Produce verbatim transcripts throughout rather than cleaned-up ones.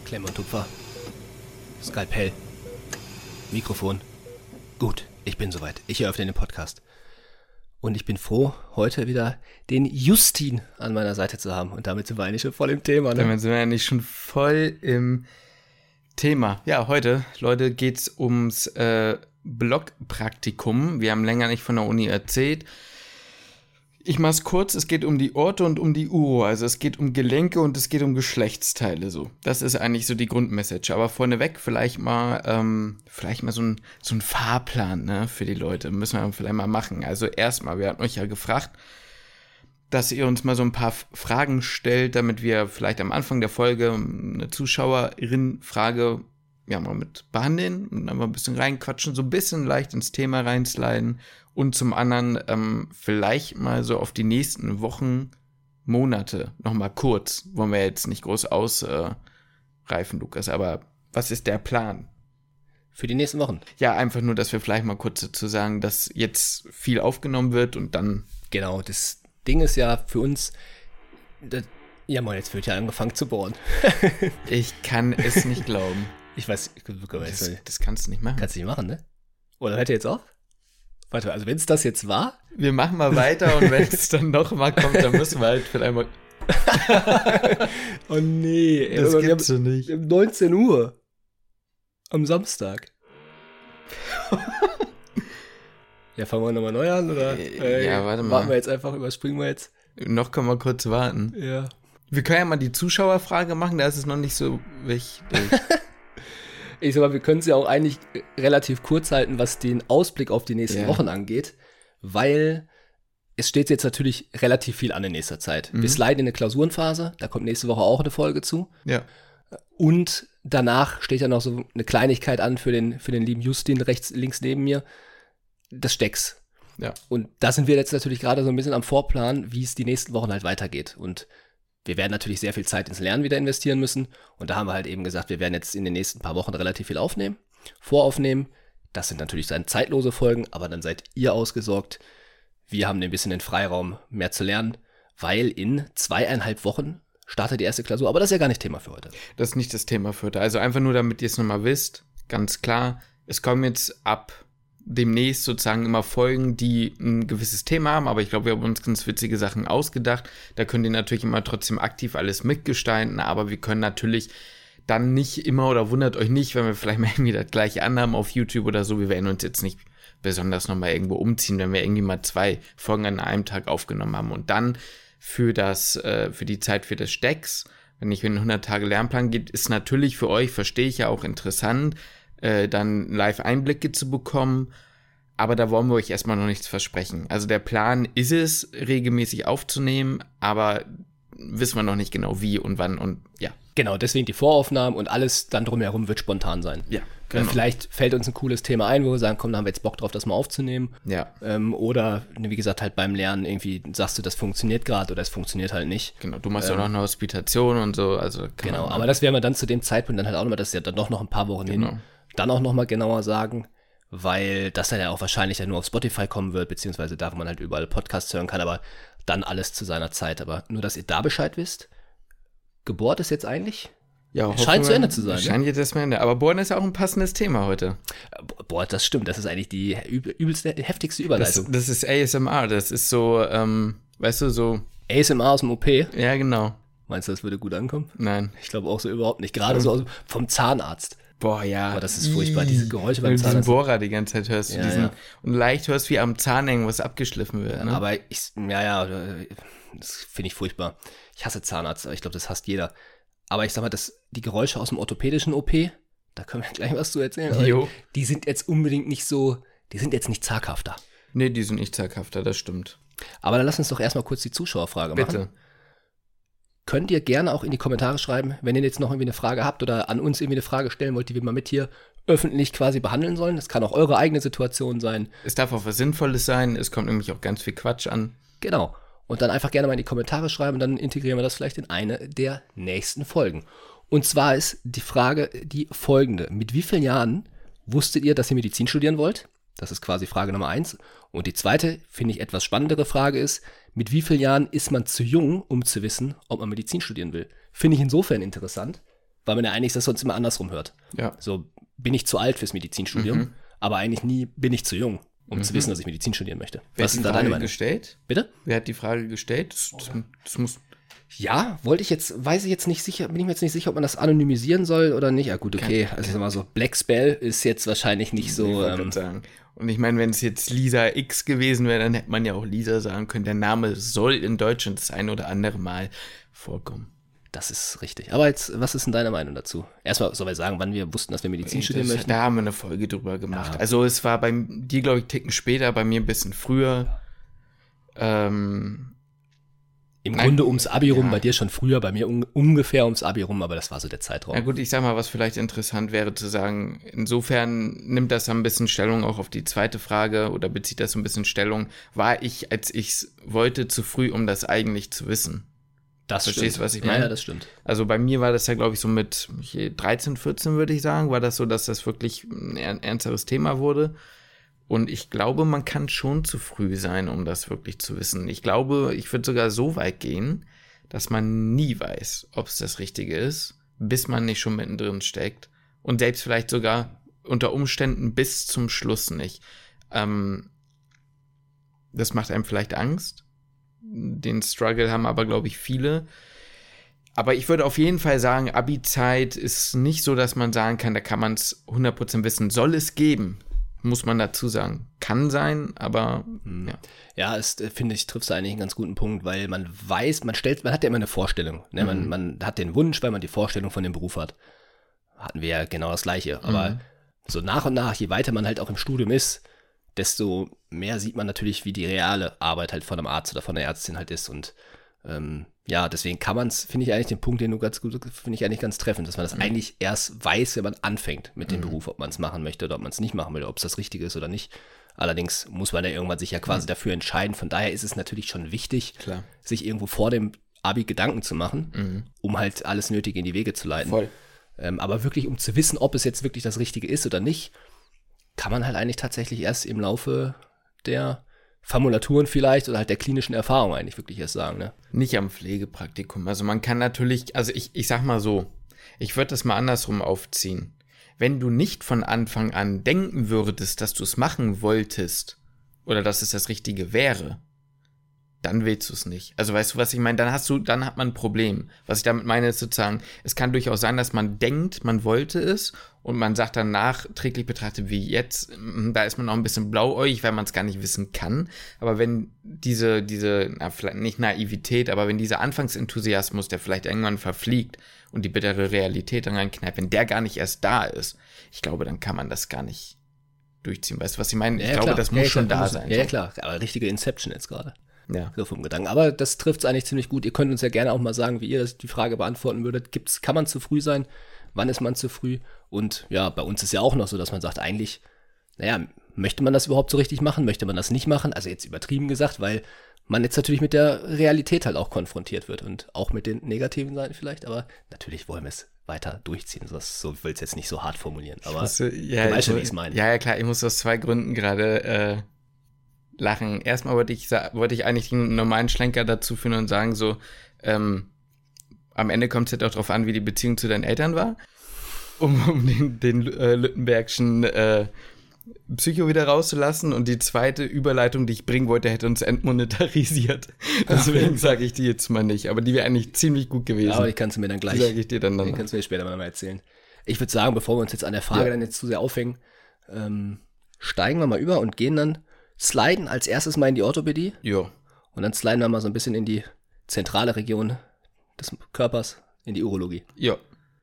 Klemme und Tupfer. Skalpell. Mikrofon. Gut, ich bin soweit. Ich eröffne den Podcast. Und ich bin froh, heute wieder den Justin an meiner Seite zu haben. Und damit sind wir eigentlich schon voll im Thema. Ne? Damit sind wir eigentlich schon voll im Thema. Ja, heute, Leute, geht's ums äh, Blockpraktikum. Wir haben länger nicht von der Uni erzählt. Ich mach's kurz, es geht um die Orte und um die Uro, also es geht um Gelenke und es geht um Geschlechtsteile, so. Das ist eigentlich so die Grundmessage, aber vorneweg vielleicht mal, ähm, vielleicht mal so ein, so ein Fahrplan, ne, für die Leute, müssen wir vielleicht mal machen. Also erstmal, wir hatten euch ja gefragt, dass ihr uns mal so ein paar Fragen stellt, damit wir vielleicht am Anfang der Folge eine Zuschauerin-Frage ja mal mit behandeln und dann mal ein bisschen reinquatschen, so ein bisschen leicht ins Thema reinsliden. Und zum anderen ähm, vielleicht mal so auf die nächsten Wochen, Monate nochmal kurz. Wollen wir jetzt nicht groß ausreifen, äh, Lukas, aber was ist der Plan? Für die nächsten Wochen? Ja, einfach nur, dass wir vielleicht mal kurz dazu sagen, dass jetzt viel aufgenommen wird und dann... Genau, das Ding ist ja für uns... Das, ja, mal, jetzt wird ja angefangen zu bohren. Ich kann es nicht glauben. Ich weiß, das, das kannst du nicht machen. Kannst du nicht machen, ne? Oder hört ihr jetzt auf? Warte, also wenn es das jetzt war? Wir machen mal weiter und wenn es dann noch mal kommt, dann müssen wir halt vielleicht mal... Oh nee. Das ey, gibt's wir ja nicht. Um neunzehn Uhr. Am Samstag. Ja, fangen wir nochmal neu an, oder? Äh, ja, warte mal. Warten wir jetzt einfach, überspringen wir jetzt. Noch können wir kurz warten. Ja. Wir können ja mal die Zuschauerfrage machen, da ist es noch nicht so wichtig. Ich sag mal, wir können es ja auch eigentlich relativ kurz halten, was den Ausblick auf die nächsten ja. Wochen angeht, weil es steht jetzt natürlich relativ viel an in nächster Zeit. Mhm. Wir sliden in eine Klausurenphase, da kommt nächste Woche auch eine Folge zu. Ja. Und danach steht ja noch so eine Kleinigkeit an für den, für den lieben Justin rechts, links neben mir, das Stecks. Ja. Und da sind wir jetzt natürlich gerade so ein bisschen am Vorplan, wie es die nächsten Wochen halt weitergeht. Und wir werden natürlich sehr viel Zeit ins Lernen wieder investieren müssen. Und da haben wir halt eben gesagt, wir werden jetzt in den nächsten paar Wochen relativ viel aufnehmen, voraufnehmen. Das sind natürlich dann zeitlose Folgen, aber dann seid ihr ausgesorgt. Wir haben ein bisschen den Freiraum, mehr zu lernen, weil in zweieinhalb Wochen startet die erste Klausur. Aber das ist ja gar nicht Thema für heute. Das ist nicht das Thema für heute. Also einfach nur, damit ihr es nochmal wisst, ganz klar, es kommen jetzt ab demnächst sozusagen immer Folgen, die ein gewisses Thema haben, aber ich glaube, wir haben uns ganz witzige Sachen ausgedacht. Da könnt ihr natürlich immer trotzdem aktiv alles mitgestalten, aber wir können natürlich dann nicht immer, oder wundert euch nicht, wenn wir vielleicht mal irgendwie das gleiche anhaben auf YouTube oder so. Wir werden uns jetzt nicht besonders nochmal irgendwo umziehen, wenn wir irgendwie mal zwei Folgen an einem Tag aufgenommen haben. Und dann für das, äh, für die Zeit für das Stecks, wenn ich in hundert Tage Lernplan geht, ist natürlich für euch, verstehe ich ja auch interessant, Äh, dann Live-Einblicke zu bekommen, aber da wollen wir euch erstmal noch nichts versprechen. Also der Plan ist es, regelmäßig aufzunehmen, aber wissen wir noch nicht genau wie und wann und ja. Genau, deswegen die Voraufnahmen und alles dann drumherum wird spontan sein. Ja, genau. Vielleicht fällt uns ein cooles Thema ein, wo wir sagen, komm, da haben wir jetzt Bock drauf, das mal aufzunehmen. Ja. Ähm, oder, wie gesagt, halt beim Lernen irgendwie sagst du, das funktioniert gerade oder es funktioniert halt nicht. Genau, du machst ja ähm, auch noch eine Hospitation und so. Also kann Genau, man, aber das werden wir dann zu dem Zeitpunkt dann halt auch nochmal, das ist ja dann doch noch ein paar Wochen genau. hin, dann auch nochmal genauer sagen, weil das dann ja auch wahrscheinlich dann nur auf Spotify kommen wird, beziehungsweise da, wo man halt überall Podcasts hören kann, aber dann alles zu seiner Zeit. Aber nur, dass ihr da Bescheid wisst, gebohrt ist jetzt eigentlich... Ja, scheint zu Ende zu sein. Scheint ne? jetzt erstmal Ende. Aber Bohren ist ja auch ein passendes Thema heute. Boah, das stimmt. Das ist eigentlich die übelste, heftigste Überleitung. Das, das ist A S M R. Das ist so, ähm, weißt du, so... A S M R aus dem O P? Ja, genau. Meinst du, das würde gut ankommen? Nein. Ich glaube auch so überhaupt nicht. Gerade so vom Zahnarzt. Boah, ja. Boah, das ist furchtbar, diese Geräusche beim Wenn du diesen Zahnarzt. Bohrer die ganze Zeit hörst. Ja, diesen, ja. Und leicht hörst, wie am Zahn irgendwas abgeschliffen wird. Ja, Ne? aber ich, ja, ja, das finde ich furchtbar. Ich hasse Zahnarzt, aber ich glaube, das hasst jeder. Aber ich sag mal, das, die Geräusche aus dem orthopädischen O P, da können wir gleich was zu erzählen. Jo. Die sind jetzt unbedingt nicht so, die sind jetzt nicht zaghafter. Nee, die sind nicht zaghafter, das stimmt. Aber dann lass uns doch erstmal kurz die Zuschauerfrage machen. Bitte. Könnt ihr gerne auch in die Kommentare schreiben, wenn ihr jetzt noch irgendwie eine Frage habt oder an uns irgendwie eine Frage stellen wollt, die wir mal mit hier öffentlich quasi behandeln sollen. Das kann auch eure eigene Situation sein. Es darf auch was Sinnvolles sein. Es kommt nämlich auch ganz viel Quatsch an. Genau. Und dann einfach gerne mal in die Kommentare schreiben und dann integrieren wir das vielleicht in eine der nächsten Folgen. Und zwar ist die Frage die folgende. Mit wie vielen Jahren wusstet ihr, dass ihr Medizin studieren wollt? Das ist quasi Frage Nummer eins. Und die zweite, finde ich etwas spannendere Frage ist, mit wie vielen Jahren ist man zu jung, um zu wissen, ob man Medizin studieren will? Finde ich insofern interessant, weil man ja eigentlich das sonst immer andersrum hört. Ja. So, bin ich zu alt fürs Medizinstudium, Mhm. aber eigentlich nie bin ich zu jung, um Mhm. zu wissen, dass ich Medizin studieren möchte. Wer Was hat die ist da Frage deine Meinung? gestellt? Bitte? Wer hat die Frage gestellt? Das, das, das muss. Ja, wollte ich jetzt, weiß ich jetzt nicht sicher, bin ich mir jetzt nicht sicher, ob man das anonymisieren soll oder nicht. Ja gut, okay, also sag mal so, Black Spell ist jetzt wahrscheinlich nicht Ich so, wollte ähm, gerade sagen. Und ich meine, wenn es jetzt Lisa X gewesen wäre, dann hätte man ja auch Lisa sagen können. Der Name soll in Deutschland das ein oder andere Mal vorkommen. das ist richtig. Aber jetzt, was ist denn deine Meinung dazu? Erstmal soll ich sagen, wann wir wussten, dass wir Medizin studieren Das, möchten. da haben wir eine Folge drüber gemacht. Ja. Also es war bei dir, glaube ich, einen Ticken später, bei mir ein bisschen früher. Ähm, Im Nein, Grunde ums Abi rum, ja. bei dir schon früher, bei mir un ungefähr ums Abi rum, aber das war so der Zeitraum. ja gut, ich sag mal, was vielleicht interessant wäre zu sagen, insofern nimmt das ein bisschen Stellung auch auf die zweite Frage oder bezieht das so ein bisschen Stellung, war ich, als ich's wollte, zu früh, um das eigentlich zu wissen? Das Verstehst stimmt. du, was ich Ja, meine? ja, das stimmt. Also bei mir war das ja, glaube ich, so mit dreizehn, vierzehn, würde ich sagen, war das so, dass das wirklich ein er- ernsteres Thema wurde. Und ich glaube, man kann schon zu früh sein, um das wirklich zu wissen. Ich glaube, ich würde sogar so weit gehen, dass man nie weiß, ob es das Richtige ist, bis man nicht schon mittendrin steckt. Und selbst vielleicht sogar unter Umständen bis zum Schluss nicht. Ähm, das macht einem vielleicht Angst. Den Struggle haben aber, glaube ich, viele. Aber ich würde auf jeden Fall sagen, Abi-Zeit ist nicht so, dass man sagen kann, da kann man es hundert Prozent wissen. Soll es geben, muss man dazu sagen. Kann sein, aber Hm. ja. Ja, es äh, finde ich, triffst du eigentlich einen ganz guten Punkt, weil man weiß, man stellt, man hat ja immer eine Vorstellung. Ne? Man, Mhm. man hat den Wunsch, weil man die Vorstellung von dem Beruf hat. Hatten wir ja genau das Gleiche. Aber Mhm. so nach und nach, je weiter man halt auch im Studium ist, desto mehr sieht man natürlich, wie die reale Arbeit halt von einem Arzt oder von einer Ärztin halt ist. Und ähm, ja, deswegen kann man es, finde ich eigentlich den Punkt, den du ganz gut, finde ich eigentlich ganz treffend, dass man das Mhm. eigentlich erst weiß, wenn man anfängt mit dem Mhm. Beruf, ob man es machen möchte oder ob man es nicht machen will, ob es das Richtige ist oder nicht. Allerdings muss man ja irgendwann sich ja quasi Mhm. dafür entscheiden. Von daher ist es natürlich schon wichtig, Klar. sich irgendwo vor dem Abi Gedanken zu machen, Mhm. um halt alles Nötige in die Wege zu leiten. Voll. Ähm, aber wirklich, um zu wissen, ob es jetzt wirklich das Richtige ist oder nicht, kann man halt eigentlich tatsächlich erst im Laufe der Formulaturen vielleicht oder halt der klinischen Erfahrung eigentlich wirklich erst sagen, ne? Nicht am Pflegepraktikum. Also man kann natürlich, also ich, ich sag mal so, ich würde das mal andersrum aufziehen. Wenn du nicht von Anfang an denken würdest, dass du es machen wolltest oder dass es das Richtige wäre, dann willst du es nicht. Also weißt du, was ich meine? Dann hast du, dann hat man ein Problem. Was ich damit meine, ist sozusagen, es kann durchaus sein, dass man denkt, man wollte es und man sagt dann nachträglich betrachtet, wie jetzt, mm, da ist man auch ein bisschen blauäugig, weil man es gar nicht wissen kann. Aber wenn diese, diese, na, vielleicht nicht Naivität, aber wenn dieser Anfangsenthusiasmus, der vielleicht irgendwann verfliegt und die bittere Realität dann reinkneift, wenn der gar nicht erst da ist, ich glaube, dann kann man das gar nicht durchziehen. Weißt du, was ich meine? Ich Ja, glaube, klar. das Ja, muss ja, schon klar, da muss- sein. Ja, ja, so. klar. Aber richtige Inception jetzt gerade. Ja. So vom Gedanken. Aber das trifft es eigentlich ziemlich gut. Ihr könnt uns ja gerne auch mal sagen, wie ihr das, die Frage beantworten würdet. Gibt's, kann man zu früh sein? Wann ist man zu früh? Und ja, bei uns ist ja auch noch so, dass man sagt, eigentlich, naja, möchte man das überhaupt so richtig machen? Möchte man das nicht machen? Also jetzt übertrieben gesagt, weil man jetzt natürlich mit der Realität halt auch konfrontiert wird und auch mit den negativen Seiten vielleicht. Aber natürlich wollen wir es weiter durchziehen. So, so will es jetzt nicht so hart formulieren. Aber Musst du, ja, du weißt schon, ich- wie ich's meine. Ja, ja, klar, ich muss aus zwei Gründen gerade äh, lachen. Erstmal wollte ich, sa- wollte ich eigentlich einen normalen Schlenker dazu führen und sagen, so, ähm, am Ende kommt es ja doch darauf an, wie die Beziehung zu deinen Eltern war, um, um den, den äh, Lüttenbergschen äh, Psycho wieder rauszulassen. Und die zweite Überleitung, die ich bringen wollte, hätte uns entmonetarisiert. Deswegen sage ich die jetzt mal nicht. Aber die wäre eigentlich ziemlich gut gewesen. aber ich kann es mir dann die gleich, sage ich dir dann den dann. kannst du mir später mal erzählen. Ich würde sagen, bevor wir uns jetzt an der Frage Ja. dann jetzt zu sehr aufhängen, ähm, steigen wir mal über und gehen dann, sliden als erstes mal in die Orthopädie Jo. und dann sliden wir mal so ein bisschen in die zentrale Region des Körpers, in die Urologie. Jo.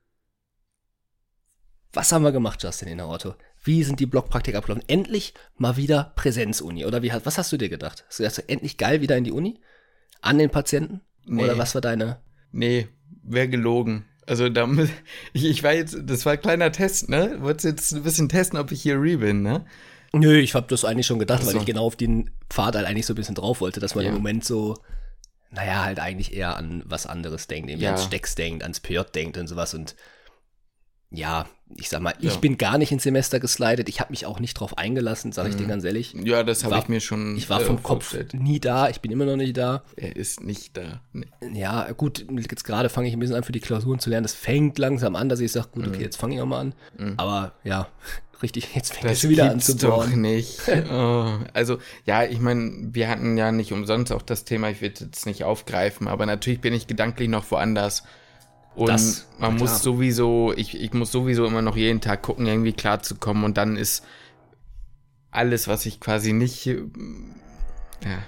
Was haben wir gemacht, Justin, in der Ortho? Wie sind die Blockpraktika abgelaufen? Endlich mal wieder Präsenzuni. Oder wie, was hast du dir gedacht? Hast du gedacht, endlich geil wieder in die Uni? An den Patienten? Nee. Oder was war deine? Nee, wäre gelogen. Also da muss, ich, ich war jetzt, das war ein kleiner Test, ne? Wolltest jetzt ein bisschen testen, ob ich hier re bin, ne? Nö, ich habe das eigentlich schon gedacht, Ach weil so. ich genau auf den Pfad halt eigentlich so ein bisschen drauf wollte, dass man Ja. im Moment so, naja, halt eigentlich eher an was anderes denkt, irgendwie Ja. ans Stecks denkt, ans P J denkt und sowas und ja, ich sag mal, ich Ja. bin gar nicht ins Semester geslidet. Ich habe mich auch nicht drauf eingelassen, sage ich dir ganz ehrlich. Ja, das habe War- ich mir schon Ich war äh, vom Kopf vorgestellt. nie da, ich bin immer noch nicht da. Er ist nicht da. Nee. Ja, gut, jetzt gerade fange ich ein bisschen an, für die Klausuren zu lernen. Das fängt langsam an, dass ich sage, gut, okay, jetzt fange ich auch mal an. Aber ja, richtig, jetzt fängt es wieder an zu doch bohren. nicht. Oh, also, ja, ich meine, wir hatten ja nicht umsonst auch das Thema, ich will jetzt nicht aufgreifen, aber natürlich bin ich gedanklich noch woanders. Und Das, man na muss klar. sowieso, ich, ich muss sowieso immer noch jeden Tag gucken, irgendwie klarzukommen. Und dann ist alles, was ich quasi nicht, äh, ja.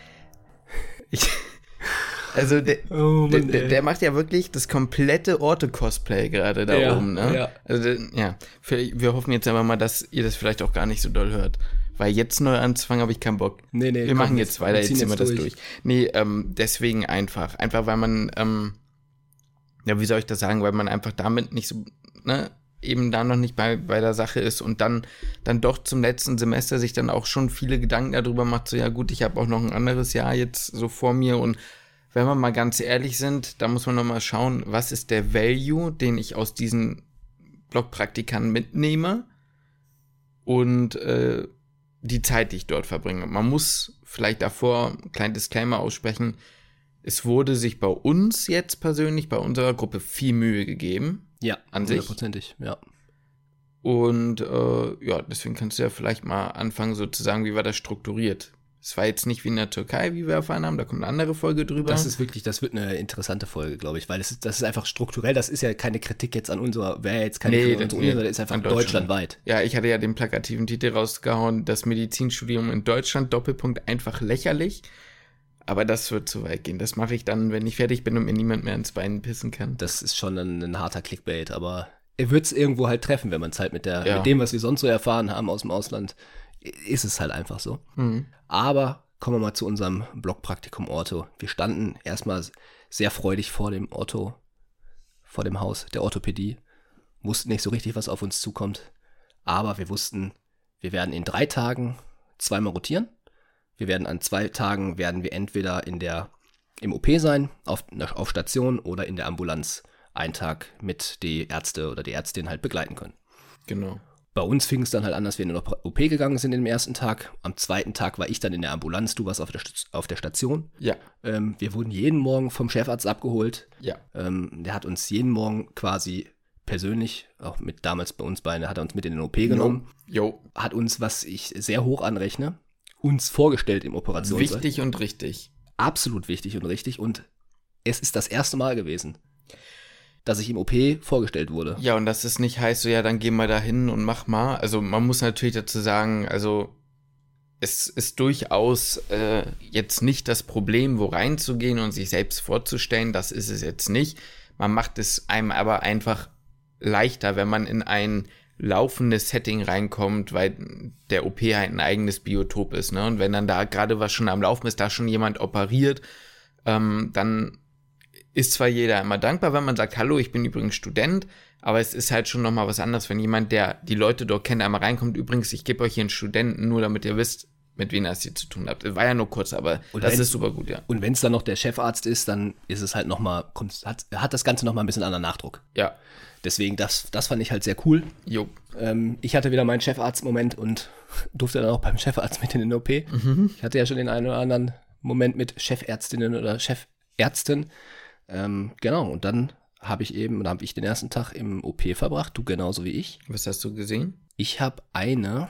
Ich, also, der, Oh der, Mann, der, ey. der macht ja wirklich das komplette Orte-Cosplay gerade da Ja, oben, ne? ja. Also, der- ja. Für, wir hoffen jetzt einfach mal, dass ihr das vielleicht auch gar nicht so doll hört. Weil jetzt neu anzufangen, habe ich keinen Bock. Nee, nee, Wir komm, machen jetzt- jetzt weiter, wir jetzt ziehen ziehen wir jetzt das durch. durch. Nee, ähm, deswegen einfach. Einfach, weil man, ähm, ja, wie soll ich das sagen, weil man einfach damit nicht so, ne, eben da noch nicht bei, bei der Sache ist und dann, dann doch zum letzten Semester sich dann auch schon viele Gedanken darüber macht, so, ja gut, ich habe auch noch ein anderes Jahr jetzt so vor mir und wenn wir mal ganz ehrlich sind, da muss man noch mal schauen, was ist der Value, den ich aus diesen Blockpraktikern mitnehme und äh, die Zeit, die ich dort verbringe. Man muss vielleicht davor einen kleinen Disclaimer aussprechen, es wurde sich bei uns jetzt persönlich, bei unserer Gruppe viel Mühe gegeben. Ja, An sich? hundertprozentig, ja. Und äh, ja, deswegen kannst du ja vielleicht mal anfangen, so zu sagen, wie war das strukturiert. Es war jetzt nicht wie in der Türkei, wie wir erfahren haben, da kommt eine andere Folge drüber. Das ist wirklich, das wird eine interessante Folge, glaube ich, weil es ist, das ist einfach strukturell, das ist ja keine Kritik jetzt an unserer, wäre jetzt keine Nee, Kritik an das- unserer nee, Uni, das ist einfach an Deutschland. deutschlandweit. Ja, ich hatte ja den plakativen Titel rausgehauen, das Medizinstudium in Deutschland, Doppelpunkt, einfach lächerlich. Aber das wird zu weit gehen. Das mache ich dann, wenn ich fertig bin und mir niemand mehr ins Bein pissen kann. Das ist schon ein, ein harter Clickbait, aber er wird es irgendwo halt treffen, wenn man es halt mit der, Ja. mit dem, was wir sonst so erfahren haben aus dem Ausland, ist es halt einfach so. Mhm. Aber kommen wir mal zu unserem Blockpraktikum Ortho. Wir standen erstmal sehr freudig vor dem Ortho, vor dem Haus der Orthopädie, wussten nicht so richtig, was auf uns zukommt, aber wir wussten, wir werden in drei Tagen zweimal rotieren. Wir werden an zwei Tagen werden wir entweder in der im O P sein, auf, auf Station oder in der Ambulanz einen Tag mit die Ärzte oder die Ärztin halt begleiten können. Genau. Bei uns fing es dann halt an, dass wir in den O P gegangen sind im ersten Tag. Am zweiten Tag war ich dann in der Ambulanz, du warst auf der, St- auf der Station. Ja, Ähm, wir wurden jeden Morgen vom Chefarzt abgeholt. ja. Ähm, der hat uns jeden Morgen quasi persönlich, auch mit damals bei uns beide, hat er uns mit in den O P genommen. Jo, Hat uns, was ich sehr hoch anrechne, uns vorgestellt im Operationssaal. wichtig und richtig. Absolut wichtig und richtig. Und es ist das erste Mal gewesen, dass ich im O P vorgestellt wurde. Ja, und dass es nicht heißt, so ja, dann geh mal da hin und mach mal. Also man muss natürlich dazu sagen, also es ist durchaus äh, jetzt nicht das Problem, wo reinzugehen und sich selbst vorzustellen, das ist es jetzt nicht. Man macht es einem aber einfach leichter, wenn man in ein laufendes Setting reinkommt, weil der O P halt ein eigenes Biotop ist, ne? Und wenn dann da gerade was schon am Laufen ist, da schon jemand operiert, ähm, dann ist zwar jeder immer dankbar, wenn man sagt, hallo, ich bin übrigens Student, aber es ist halt schon nochmal was anderes, wenn jemand, der die Leute dort kennt, einmal reinkommt. Übrigens, ich gebe euch hier einen Studenten, nur damit ihr wisst, mit wem ihr es hier zu tun habt. War ja nur kurz, aber Und das wenn- ist super gut, ja. Und wenn es dann noch der Chefarzt ist, dann ist es halt nochmal, hat, hat das Ganze nochmal ein bisschen anderen Nachdruck. Ja, Deswegen, das, das fand ich halt sehr cool. jo. Ähm, ich hatte wieder meinen Chefarzt-Moment und durfte dann auch beim Chefarzt mit in den O P. Ich hatte ja schon den einen oder anderen Moment mit Chefärztinnen oder Chefärzten. Ähm, genau, und dann habe ich eben, da habe ich den ersten Tag im O P verbracht, du genauso wie ich. Was hast du gesehen? Ich habe eine,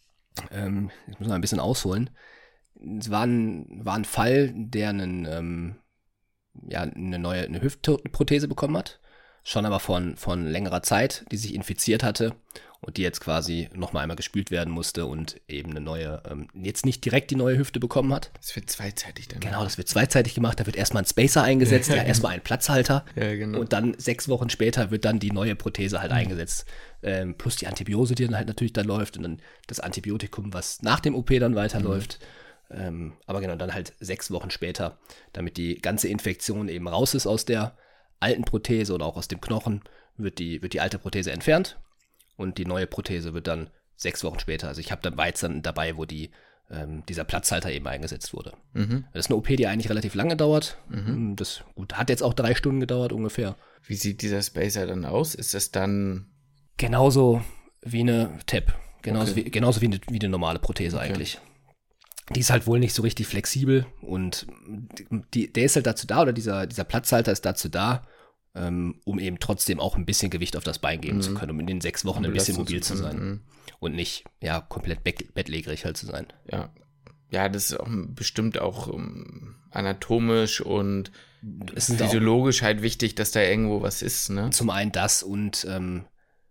ähm, jetzt muss man ein bisschen ausholen, es war ein, war ein Fall, der einen, ähm, ja, eine neue eine Hüftprothese bekommen hat, schon aber von, von längerer Zeit, die sich infiziert hatte und die jetzt quasi nochmal einmal gespült werden musste und eben eine neue, ähm, jetzt nicht direkt die neue Hüfte bekommen hat. Das wird zweizeitig dann. Genau, das wird zweizeitig gemacht, da wird erstmal ein Spacer eingesetzt, ja, erstmal ein Platzhalter. Ja, genau. Und dann sechs Wochen später wird dann die neue Prothese Mhm. halt eingesetzt. Ähm, plus die Antibiose, die dann halt natürlich dann läuft und dann das Antibiotikum, was nach dem O P dann weiterläuft. Mhm. Ähm, aber genau, dann halt sechs Wochen später, damit die ganze Infektion eben raus ist aus der alten Prothese oder auch aus dem Knochen, wird die, wird die alte Prothese entfernt und die neue Prothese wird dann sechs Wochen später. Also ich habe dann bereits dann dabei, wo die, ähm, dieser Platzhalter eben eingesetzt wurde. Mhm. Das ist eine O P, die eigentlich relativ lange dauert. Das gut, hat jetzt auch drei Stunden gedauert ungefähr. Wie sieht dieser Spacer dann aus? Ist das dann Genauso wie eine T E P. Genauso, Okay. wie, genauso wie, eine, wie eine normale Prothese Okay. eigentlich. Die ist halt wohl nicht so richtig flexibel und die, der ist halt dazu da, oder dieser, dieser Platzhalter ist dazu da, ähm, um eben trotzdem auch ein bisschen Gewicht auf das Bein geben Mhm. zu können, um in den sechs Wochen ein bisschen mobil zu sein. Mhm. Und nicht, ja, komplett beck- bettlägerig halt zu sein. Ja. Ja, das ist auch bestimmt auch um, anatomisch und Es ist auch physiologisch halt wichtig, dass da irgendwo was ist, ne? zum einen das und ähm,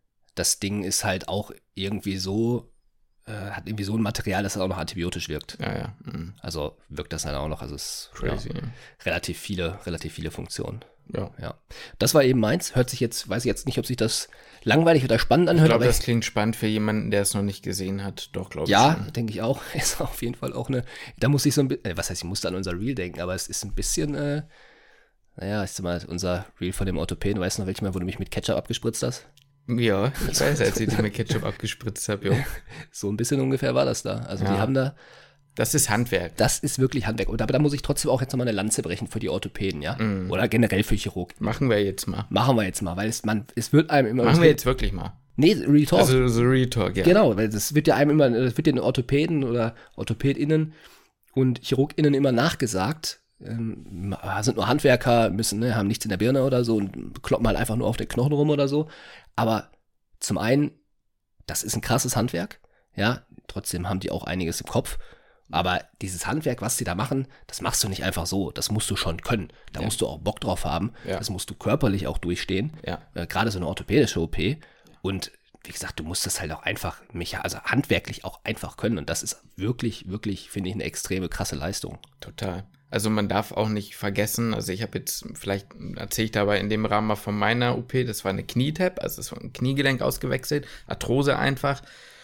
das Ding ist halt auch irgendwie so, äh, hat irgendwie so ein Material, dass es auch noch antibiotisch wirkt. Ja, ja. Mhm. Also wirkt das dann auch noch, also es ist Crazy. ja, relativ viele, relativ viele Funktionen. Ja. Ja. Das war eben meins. Hört sich jetzt, weiß ich jetzt nicht, ob sich das langweilig oder spannend Ich anhört, glaube, aber das klingt spannend für jemanden, der es noch nicht gesehen hat. Doch, glaube ich. ja, schon. denke ich auch. Ist auf jeden Fall auch eine, da muss ich so ein bisschen, äh, was heißt, ich musste an unser Reel denken, aber es ist ein bisschen, äh, naja, ich sag mal, unser Reel von dem Orthopäden, weißt du noch, welches Mal, wo du mich mit Ketchup abgespritzt hast? Ja, ich weiß, als ich dir mit Ketchup abgespritzt habe, jo. So ein bisschen ungefähr war das da. Also Ja. die haben da, Das ist Handwerk. das ist wirklich Handwerk. Und aber da muss ich trotzdem auch jetzt nochmal eine Lanze brechen für die Orthopäden, ja? Mm. Oder generell für Chirurg. Machen wir jetzt mal. Machen wir jetzt mal, weil es, man, es wird einem immer. Machen wir jetzt wirklich mal. Nee, Real Talk. Also so Real Talk, ja. Genau, weil das wird ja einem immer, das wird den Orthopäden oder OrthopädInnen und ChirurgInnen immer nachgesagt, ähm, sind nur Handwerker, müssen, ne, haben nichts in der Birne oder so und kloppen halt einfach nur auf den Knochen rum oder so. Aber zum einen, das ist ein krasses Handwerk, ja, trotzdem haben die auch einiges im Kopf. Aber dieses Handwerk, was die da machen, das machst du nicht einfach so. Das musst du schon können. Da Ja. musst du auch Bock drauf haben. Ja. Das musst du körperlich auch durchstehen. Ja. Äh, gerade so eine orthopädische O P. Und wie gesagt, du musst das halt auch einfach, mecha- also handwerklich auch einfach können. Und das ist wirklich, wirklich, finde ich, eine extreme krasse Leistung. Total. Also man darf auch nicht vergessen, also ich habe jetzt, vielleicht erzähle ich dabei in dem Rahmen mal von meiner O P, das war eine Knie-Tap, also das war ein Kniegelenk ausgewechselt, Arthrose einfach.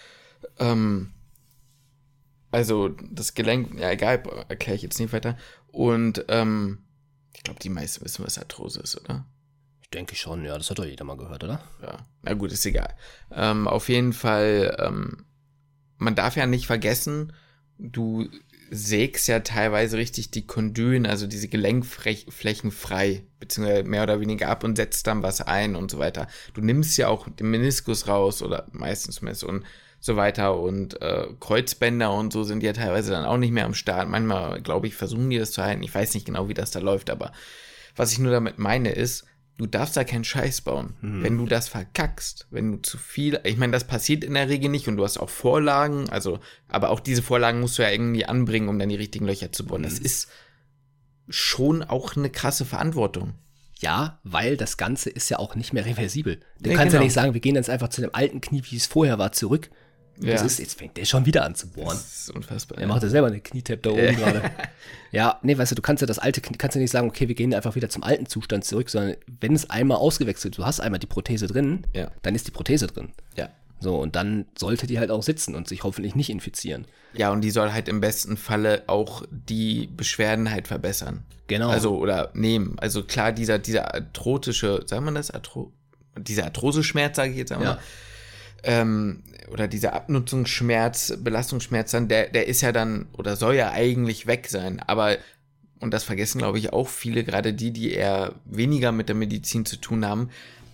Ähm, also das Gelenk, ja egal, erkläre ich jetzt nicht weiter. Und ähm, ich glaube, die meisten wissen, was Arthrose ist, oder? Ich denke schon, ja, das hat doch jeder mal gehört, oder? Ja, na gut, ist egal. Ähm, auf jeden Fall, ähm, man darf ja nicht vergessen, du sägst ja teilweise richtig die Kondylen, also diese Gelenkflächen frei, beziehungsweise mehr oder weniger ab und setzt dann was ein und so weiter. Du nimmst ja auch den Meniskus raus oder meistens zumindest und so weiter und äh, Kreuzbänder und so sind ja teilweise dann auch nicht mehr am Start. Manchmal, glaube ich, versuchen die das zu halten. Ich weiß nicht genau, wie das da läuft, aber was ich nur damit meine ist, du darfst da keinen Scheiß bauen. Mhm. Wenn du das verkackst, wenn du zu viel, ich meine, das passiert in der Regel nicht und du hast auch Vorlagen, also, aber auch diese Vorlagen musst du ja irgendwie anbringen, um dann die richtigen Löcher zu bohren. Das Mhm. ist schon auch eine krasse Verantwortung. Ja, weil das Ganze ist ja auch nicht mehr reversibel. Du Ja, kannst genau. ja nicht sagen, wir gehen jetzt einfach zu dem alten Knie, wie es vorher war, zurück. Das Ja. ist, jetzt fängt der schon wieder an zu bohren. Das ist unfassbar. Er macht ja selber eine Knietap da oben gerade. Ja, nee, weißt du, du kannst ja das alte, Knie- kannst ja nicht sagen, okay, wir gehen einfach wieder zum alten Zustand zurück, sondern wenn es einmal ausgewechselt, du hast einmal die Prothese drin, Ja. dann ist die Prothese drin. Ja. So, und dann sollte die halt auch sitzen und sich hoffentlich nicht infizieren. Ja, und die soll halt im besten Falle auch die Beschwerden halt verbessern. Genau. Also, oder nehmen. Also klar, dieser, dieser arthrotische, sagen wir das, Arthro, dieser Arthroseschmerz, sage ich jetzt einmal, Ja. ähm, oder dieser Abnutzungsschmerz, Belastungsschmerz dann, der, der ist ja dann, oder soll ja eigentlich weg sein. Aber, und das vergessen, glaube ich, auch viele, gerade die, die eher weniger mit der Medizin zu tun haben,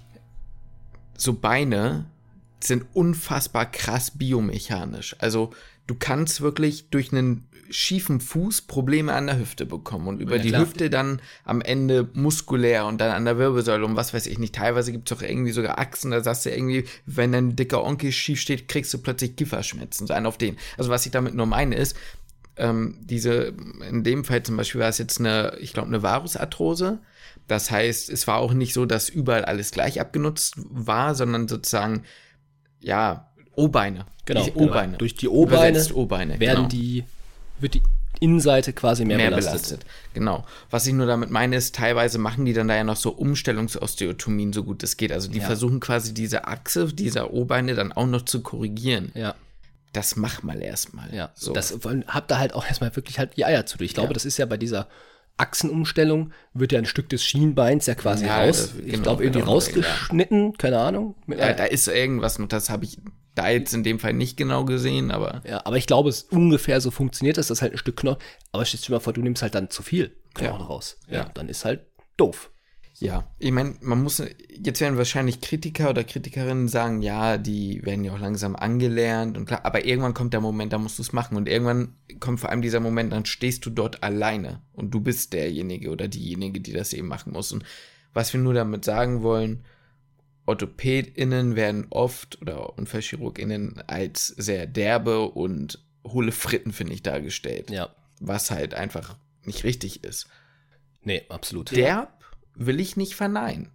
so Beine sind unfassbar krass biomechanisch. Also du kannst wirklich durch einen schiefen Fuß Probleme an der Hüfte bekommen und über Ja, die klar. Hüfte dann am Ende muskulär und dann an der Wirbelsäule und was weiß ich nicht. Teilweise gibt es auch irgendwie sogar Achsen, da sagst du irgendwie, wenn dein dicker Onkel schief steht, kriegst du plötzlich Kieferschmerzen, so einen auf den. Also was ich damit nur meine ist, ähm, diese, in dem Fall zum Beispiel war es jetzt eine, ich glaube, eine Varusarthrose. Das heißt, es war auch nicht so, dass überall alles gleich abgenutzt war, sondern sozusagen, ja, O-Beine. Genau, Die genau. O-Beine. Durch die O-Beine Übersetzt O-Beine, werden genau. die, wird die Innenseite quasi mehr, mehr belastet. belastet. Genau. Was ich nur damit meine, ist, teilweise machen die dann da ja noch so Umstellungsosteotomien, so gut es geht. Also die Ja. versuchen quasi diese Achse dieser O-Beine dann auch noch zu korrigieren. Ja, Das mach mal erstmal. ja. So. Das habt da halt auch erstmal wirklich halt die Eier zu. Ich glaube, Ja. das ist ja bei dieser Achsenumstellung, wird ja ein Stück des Schienbeins ja quasi Ja, raus. das- ich genau, glaube, irgendwie genau, rausgeschnitten, keine Ahnung. Mit ja, einer- da ist irgendwas noch, das habe ich da jetzt in dem Fall nicht genau gesehen, aber Ja, aber ich glaube, es ungefähr so funktioniert das, das ist halt ein Stück Knochen. Aber stell dir mal vor, du nimmst halt dann zu viel Knochen Ja. raus. Ja. Ja, dann ist halt doof. Ja, ich meine, man muss, jetzt werden wahrscheinlich Kritiker oder Kritikerinnen sagen, ja, die werden ja auch langsam angelernt und klar, aber irgendwann kommt der Moment, da musst du es machen und irgendwann kommt vor allem dieser Moment, dann stehst du dort alleine und du bist derjenige oder diejenige, die das eben machen muss. Und was wir nur damit sagen wollen, OrthopädInnen werden oft oder UnfallchirurgInnen als sehr derbe und hohle Fritten, finde ich, dargestellt. Ja. Was halt einfach nicht richtig ist. Nee, absolut. Derb will ich nicht verneinen.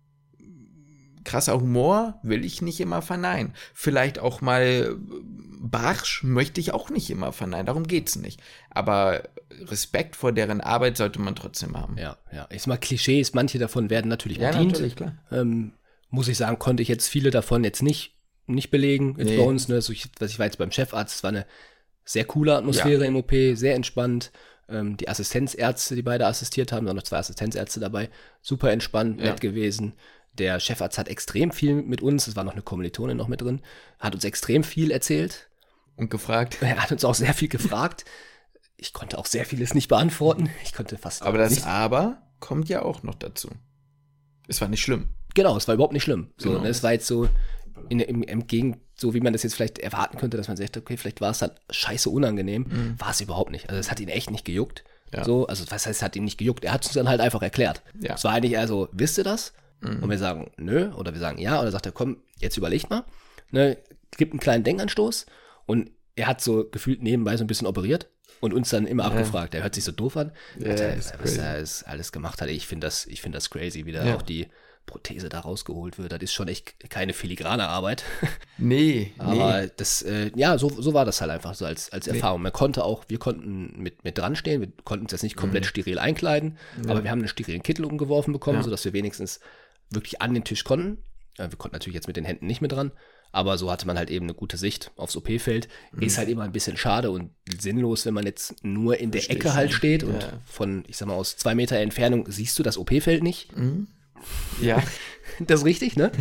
Krasser Humor will ich nicht immer verneinen. Vielleicht auch mal barsch möchte ich auch nicht immer verneinen. Darum geht's nicht. Aber Respekt vor deren Arbeit sollte man trotzdem haben. Ja, ja. Ich sag mal, Klischees, manche davon werden natürlich Ja, bedient. natürlich, klar. Ähm, muss ich sagen, konnte ich jetzt viele davon jetzt nicht, nicht belegen. Jetzt Nee. bei uns, ne, so ich, was ich war jetzt beim Chefarzt, es war eine sehr coole Atmosphäre Ja. im O P, sehr entspannt. Ähm, die Assistenzärzte, die beide assistiert haben, waren noch zwei Assistenzärzte dabei, super entspannt, Ja. nett gewesen. Der Chefarzt hat extrem viel mit uns, es war noch eine Kommilitonin noch mit drin, hat uns extrem viel erzählt. Und gefragt. Er hat uns auch sehr viel gefragt. Ich konnte auch sehr vieles nicht beantworten. Ich konnte fast Aber das nicht. Aber kommt ja auch noch dazu. Es war nicht schlimm. Genau, es war überhaupt nicht schlimm. So, Genau. ne, es war jetzt so in, im, im Gegen, so wie man das jetzt vielleicht erwarten könnte, dass man sagt, okay, vielleicht war es dann scheiße unangenehm. Mhm. War es überhaupt nicht. Also es hat ihn echt nicht gejuckt. Ja. So, also was heißt, es hat ihn nicht gejuckt? Er hat es uns dann halt einfach erklärt. Ja. Es war eigentlich eher so, wisst ihr das? Mhm. Und wir sagen, nö, oder wir sagen ja, oder sagt er, komm, jetzt überlegt mal. Ne, gibt einen kleinen Denkanstoß und er hat so gefühlt nebenbei so ein bisschen operiert und uns dann immer Ja. abgefragt. Er hört sich so doof an. Ja, Alter, ist was crazy. er alles, alles gemacht hat. Ich finde das, ich finde das crazy, wie da Ja. auch die Prothese da rausgeholt wird. Das ist schon echt keine filigrane Arbeit. Nee, Aber nee. das, äh, ja, so, so war das halt einfach so als, als Nee. Erfahrung. Man konnte auch, wir konnten mit, mit dran stehen, wir konnten uns jetzt nicht komplett steril einkleiden, Ja. aber wir haben einen sterilen Kittel umgeworfen bekommen, Ja. sodass wir wenigstens wirklich an den Tisch konnten. Äh, wir konnten natürlich jetzt mit den Händen nicht mit dran, aber so hatte man halt eben eine gute Sicht aufs O P-Feld. Ist halt immer ein bisschen schade und sinnlos, wenn man jetzt nur in der Versteh Ecke ich halt schon. steht und Ja. von, ich sag mal, aus zwei Meter Entfernung siehst du das O P-Feld nicht. Mhm. Ja, Das ist richtig, ne?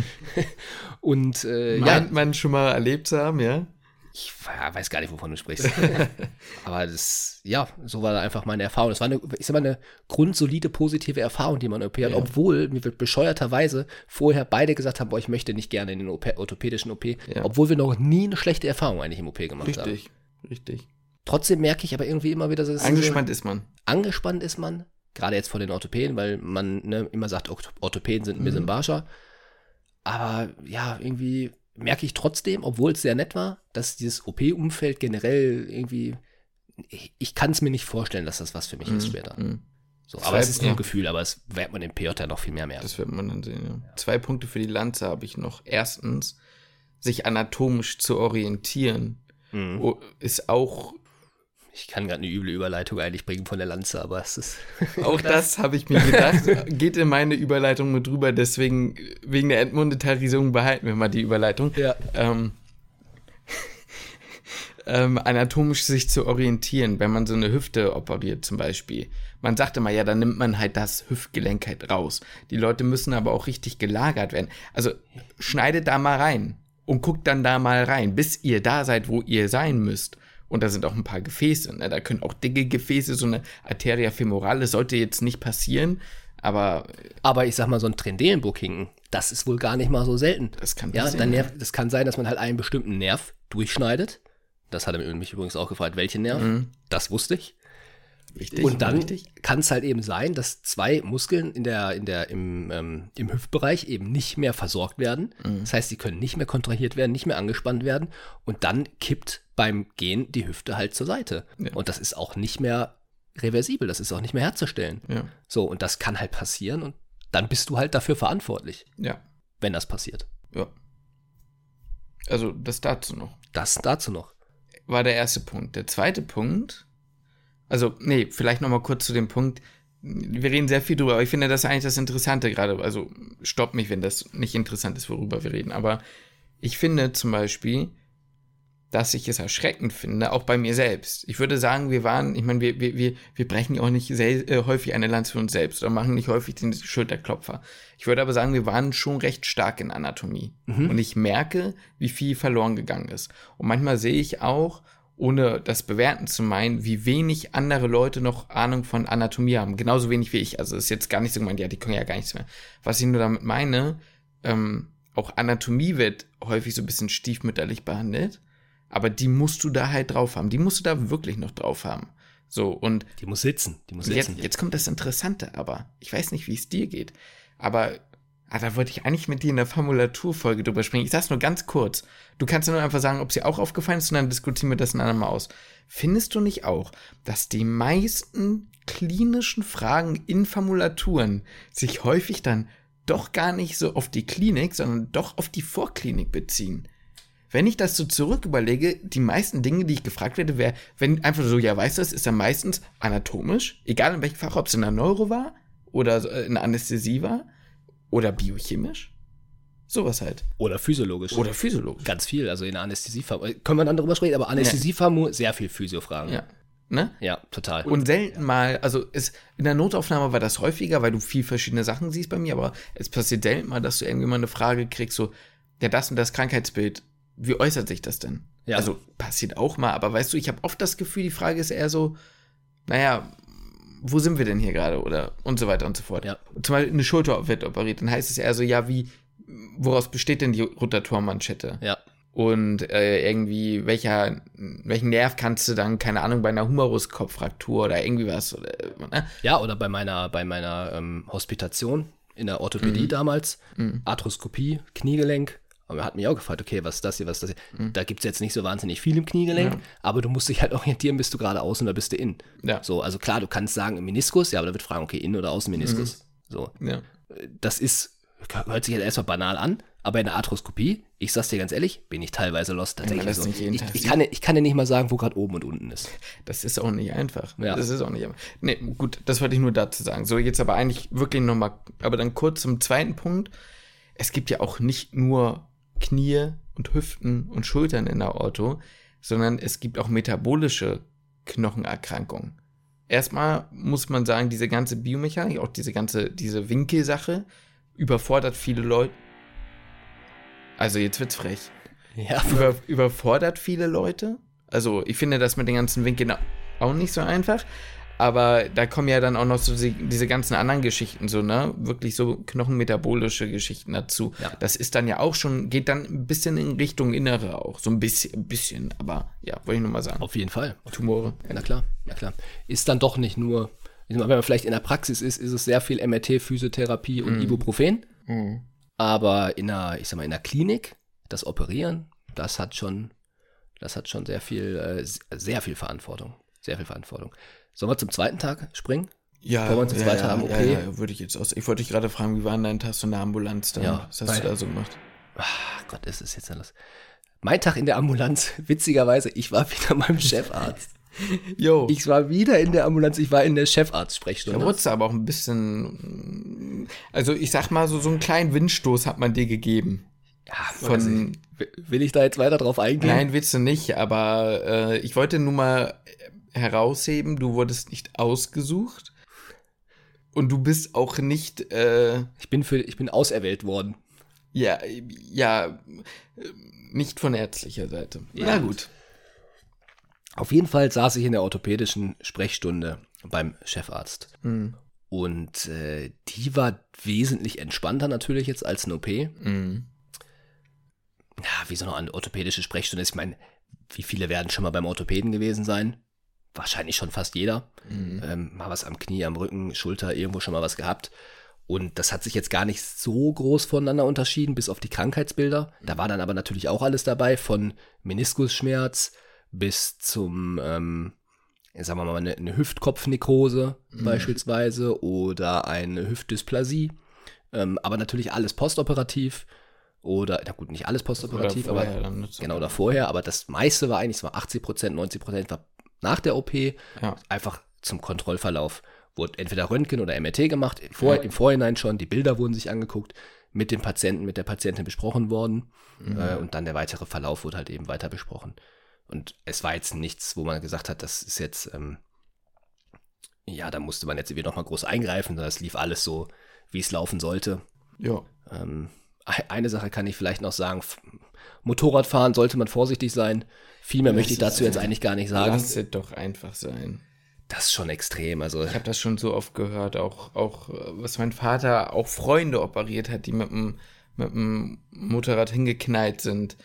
Und äh, ja, meint man schon mal erlebt zu haben, ja? ich ja, weiß gar nicht, wovon du sprichst. Aber das, ja, so war da einfach meine Erfahrung. Das war eine, ich sag mal, eine grundsolide, positive Erfahrung, die man in O P hat, Ja. obwohl wir bescheuerterweise vorher beide gesagt haben, boah, ich möchte nicht gerne in den O P, orthopädischen O P, Ja. obwohl wir noch nie eine schlechte Erfahrung eigentlich im O P gemacht haben. Richtig, richtig. Trotzdem merke ich aber irgendwie immer wieder, dass es Angespannt ist man. angespannt ist man, gerade jetzt vor den Orthopäden, weil man ne, immer sagt, Orth- Orthopäden sind ein Mhm. bisschen barscher. Aber ja, irgendwie merke ich trotzdem, obwohl es sehr nett war, dass dieses O P-Umfeld generell irgendwie, ich, ich kann es mir nicht vorstellen, dass das was für mich ist später. Mhm. So, Das aber war- es ist nur ja. ein Gefühl, aber es wird man im P J ja noch viel mehr merken. Das wird man dann sehen, ja. Zwei Punkte für die Lanze habe ich noch. Erstens, sich anatomisch zu orientieren, Mhm. oh, ist auch, Ich kann gerade eine üble Überleitung eigentlich bringen von der Lanze, aber es ist auch das habe ich mir gedacht, geht in meine Überleitung mit drüber, deswegen, wegen der Entmonetarisierung behalten wir mal die Überleitung. ja. Ähm, ähm, anatomisch sich zu orientieren, wenn man so eine Hüfte operiert zum Beispiel. Man sagt immer, ja, dann nimmt man halt das Hüftgelenk halt raus. Die Leute müssen aber auch richtig gelagert werden. Also schneidet da mal rein und guckt dann da mal rein, bis ihr da seid, wo ihr sein müsst. Und da sind auch ein paar Gefäße, ne? Da können auch dicke Gefäße, so eine Arteria femorale, sollte jetzt nicht passieren, aber Aber ich sag mal, so ein Trendelenbooking, das ist wohl gar nicht mal so selten. das kann Ja, passieren. dann nerv, das kann sein, dass man halt einen bestimmten Nerv durchschneidet. Das hat er mich übrigens auch gefragt, welchen Nerv. Mhm. Das wusste ich. Richtig, Und dann richtig. kann es halt eben sein, dass zwei Muskeln in der, in der, im, ähm, im Hüftbereich eben nicht mehr versorgt werden. Mhm. Das heißt, sie können nicht mehr kontrahiert werden, nicht mehr angespannt werden. Und dann kippt beim Gehen die Hüfte halt zur Seite. Ja. Und das ist auch nicht mehr reversibel, das ist auch nicht mehr herzustellen. Ja, So, und das kann halt passieren und dann bist du halt dafür verantwortlich, ja, wenn das passiert. ja. Also das dazu noch. Das dazu noch. War der erste Punkt. Der zweite Punkt, also, nee, vielleicht nochmal kurz zu dem Punkt, wir reden sehr viel drüber, aber ich finde das eigentlich das Interessante gerade, also stopp mich, wenn das nicht interessant ist, worüber wir reden, aber ich finde zum Beispiel, dass ich es erschreckend finde, auch bei mir selbst. Ich würde sagen, wir waren, ich meine, wir, wir, wir, wir brechen ja auch nicht sel- äh, häufig eine Lanze für uns selbst oder machen nicht häufig den Schulterklopfer. Ich würde aber sagen, wir waren schon recht stark in Anatomie. Mhm. Und ich merke, wie viel verloren gegangen ist. Und manchmal sehe ich auch, ohne das bewerten zu meinen, wie wenig andere Leute noch Ahnung von Anatomie haben. Genauso wenig wie ich. Also ist jetzt gar nicht so gemeint, ja, die können ja gar nichts mehr. Was ich nur damit meine, ähm, auch Anatomie wird häufig so ein bisschen stiefmütterlich behandelt, aber die musst du da halt drauf haben. Die musst du da wirklich noch drauf haben. So, und die muss sitzen. Die muss jetzt, sitzen. jetzt kommt das Interessante, aber ich weiß nicht, wie es dir geht. Aber ah, da wollte ich eigentlich mit dir in der Formulaturfolge drüber sprechen. Ich sag's nur ganz kurz. Du kannst ja nur einfach sagen, ob sie auch aufgefallen ist und dann diskutieren wir das ein andermal aus. Findest du nicht auch, dass die meisten klinischen Fragen in Formulaturen sich häufig dann doch gar nicht so auf die Klinik, sondern doch auf die Vorklinik beziehen? Wenn ich das so zurück überlege, die meisten Dinge, die ich gefragt werde, wäre, wenn einfach so, ja, weißt du, das ist dann meistens anatomisch, egal in welchem Fach, ob es in der Neuro war oder in der Anästhesie war oder biochemisch, sowas halt. Oder physiologisch. Oder physiologisch. Ganz viel, also in der Anästhesiefarm. Können wir dann darüber sprechen, aber Anästhesiefarm, sehr viel Physiofragen. Ja. Ne? Ja, total. Und selten mal, also es, in der Notaufnahme war das häufiger, weil du viel verschiedene Sachen siehst bei mir, aber es passiert selten mal, dass du irgendwie mal eine Frage kriegst, so, ja, das und das Krankheitsbild, wie äußert sich das denn? Ja. Also passiert auch mal, aber weißt du, ich habe oft das Gefühl, die Frage ist eher so, naja, wo sind wir denn hier gerade oder und so weiter und so fort. Ja. Zum Beispiel eine Schulter wird operiert, dann heißt es eher so, ja, wie, woraus besteht denn die Rotatormanschette? Ja. Und äh, irgendwie, welcher, welchen Nerv kannst du dann, keine Ahnung, bei einer Humeruskopffraktur oder irgendwie was. Oder, ne? Ja, oder bei meiner, bei meiner ähm, Hospitation in der Orthopädie Mhm. damals, Mhm. Arthroskopie, Kniegelenk. Aber er hat mich auch gefragt, okay, was ist das hier, was ist das hier? Mhm. Da gibt es jetzt nicht so wahnsinnig viel im Kniegelenk, Ja. aber du musst dich halt orientieren, bist du gerade außen oder bist du innen. Ja. So, also klar, du kannst sagen Meniskus, ja, aber da wird fragen, okay, innen oder außen Meniskus. So. Ja. Das ist, hört sich jetzt erstmal banal an, aber in der Arthroskopie, ich sag's dir ganz ehrlich, bin ich teilweise lost. Wenn man Tatsächlich das so. nicht jeden Ich, Tag ich, sieht. kann, ich kann dir nicht mal sagen, wo gerade oben und unten ist. Das ist auch nicht einfach. Ja. Das ist auch nicht einfach. Nee, gut, das wollte ich nur dazu sagen. So, jetzt aber eigentlich wirklich nochmal, aber dann kurz zum zweiten Punkt. Es gibt ja auch nicht nur Knie und Hüften und Schultern in der Ortho, sondern es gibt auch metabolische Knochenerkrankungen. Erstmal muss man sagen, diese ganze Biomechanik, auch diese ganze, diese Winkelsache, überfordert viele Leute. Also jetzt wird's frech. Ja, Über, überfordert viele Leute. Also ich finde das mit den ganzen Winkeln auch nicht so einfach. Aber da kommen ja dann auch noch so die, diese ganzen anderen Geschichten, so, ne? Wirklich so knochenmetabolische Geschichten dazu. Ja. Das ist dann ja auch schon, geht dann ein bisschen in Richtung Innere auch. So ein bisschen, ein bisschen, aber ja, wollte ich nur mal sagen. auf jeden Fall. Tumore. Na klar, na klar. Ist dann doch nicht nur, wenn man vielleicht in der Praxis ist, ist es sehr viel M R T, Physiotherapie und Mhm. Ibuprofen. Mhm. Aber in der, ich sag mal, in der Klinik, das Operieren, das hat schon, das hat schon sehr viel, äh, sehr viel Verantwortung. Sehr viel Verantwortung. Sollen wir zum zweiten Tag springen? Ja, Bevor wir uns jetzt ja, weiter ja, haben, ja, okay. ja, würde ich jetzt aus. Ich wollte dich gerade fragen, wie war denn dein Tag so in der Ambulanz dann? Ja, Was hast weil- du da so gemacht? Ach Gott, ist es jetzt alles. Mein Tag in der Ambulanz, witzigerweise, ich war wieder beim Chefarzt. Jo. Ich war wieder in der Ambulanz, ich war in der Da Chefarzt-Sprechstunde. wurdest du aber auch ein bisschen, also ich sag mal, so, so einen kleinen Windstoß hat man dir gegeben. Ja, Von, will ich da jetzt weiter drauf eingehen? nein, willst du nicht, aber äh, ich wollte nur mal herausheben, du wurdest nicht ausgesucht und du bist auch nicht, äh, Ich bin für, ich bin auserwählt worden. ja, ja, äh, nicht von ärztlicher Seite. Ja. Na gut. Auf jeden Fall saß ich in der orthopädischen Sprechstunde beim Chefarzt. Mhm. Und äh, die war wesentlich entspannter natürlich jetzt als eine O P. Mhm. Ja, wie so eine orthopädische Sprechstunde ist. Ich meine, wie viele werden schon mal beim Orthopäden gewesen sein? Wahrscheinlich schon fast jeder. Mhm. Ähm, mal was am Knie, am Rücken, Schulter, irgendwo schon mal was gehabt. Und das hat sich jetzt gar nicht so groß voneinander unterschieden, bis auf die Krankheitsbilder. Da war dann aber natürlich auch alles dabei, von Meniskusschmerz bis zum, ähm, sagen wir mal, eine, eine Hüftkopfnekrose Mhm. beispielsweise oder eine Hüftdysplasie. Ähm, aber natürlich alles postoperativ. Oder, na gut, nicht alles postoperativ, Oder vorher aber dann, ne, so. genau, oder vorher. Aber das meiste war eigentlich, es war achtzig Prozent, neunzig Prozent war nach der O P, Ja. einfach zum Kontrollverlauf. Wurde entweder Röntgen oder M R T gemacht, vor, Ja. im Vorhinein schon, die Bilder wurden sich angeguckt, mit dem Patienten, mit der Patientin besprochen worden Mhm. äh, und dann der weitere Verlauf wurde halt eben weiter besprochen. Und es war jetzt nichts, wo man gesagt hat, das ist jetzt, ähm, ja, da musste man jetzt irgendwie nochmal groß eingreifen, sondern es lief alles so, wie es laufen sollte. Ja. Ähm, e- eine Sache kann ich vielleicht noch sagen, f- Motorradfahren sollte man vorsichtig sein. Viel mehr Das möchte ich dazu ist- jetzt eigentlich gar nicht sagen. Lass es doch einfach sein. Das ist schon extrem. Also Ich habe das schon so oft gehört, auch, auch äh, was mein Vater auch Freunde operiert hat, die mit dem, mit dem Motorrad hingeknallt sind.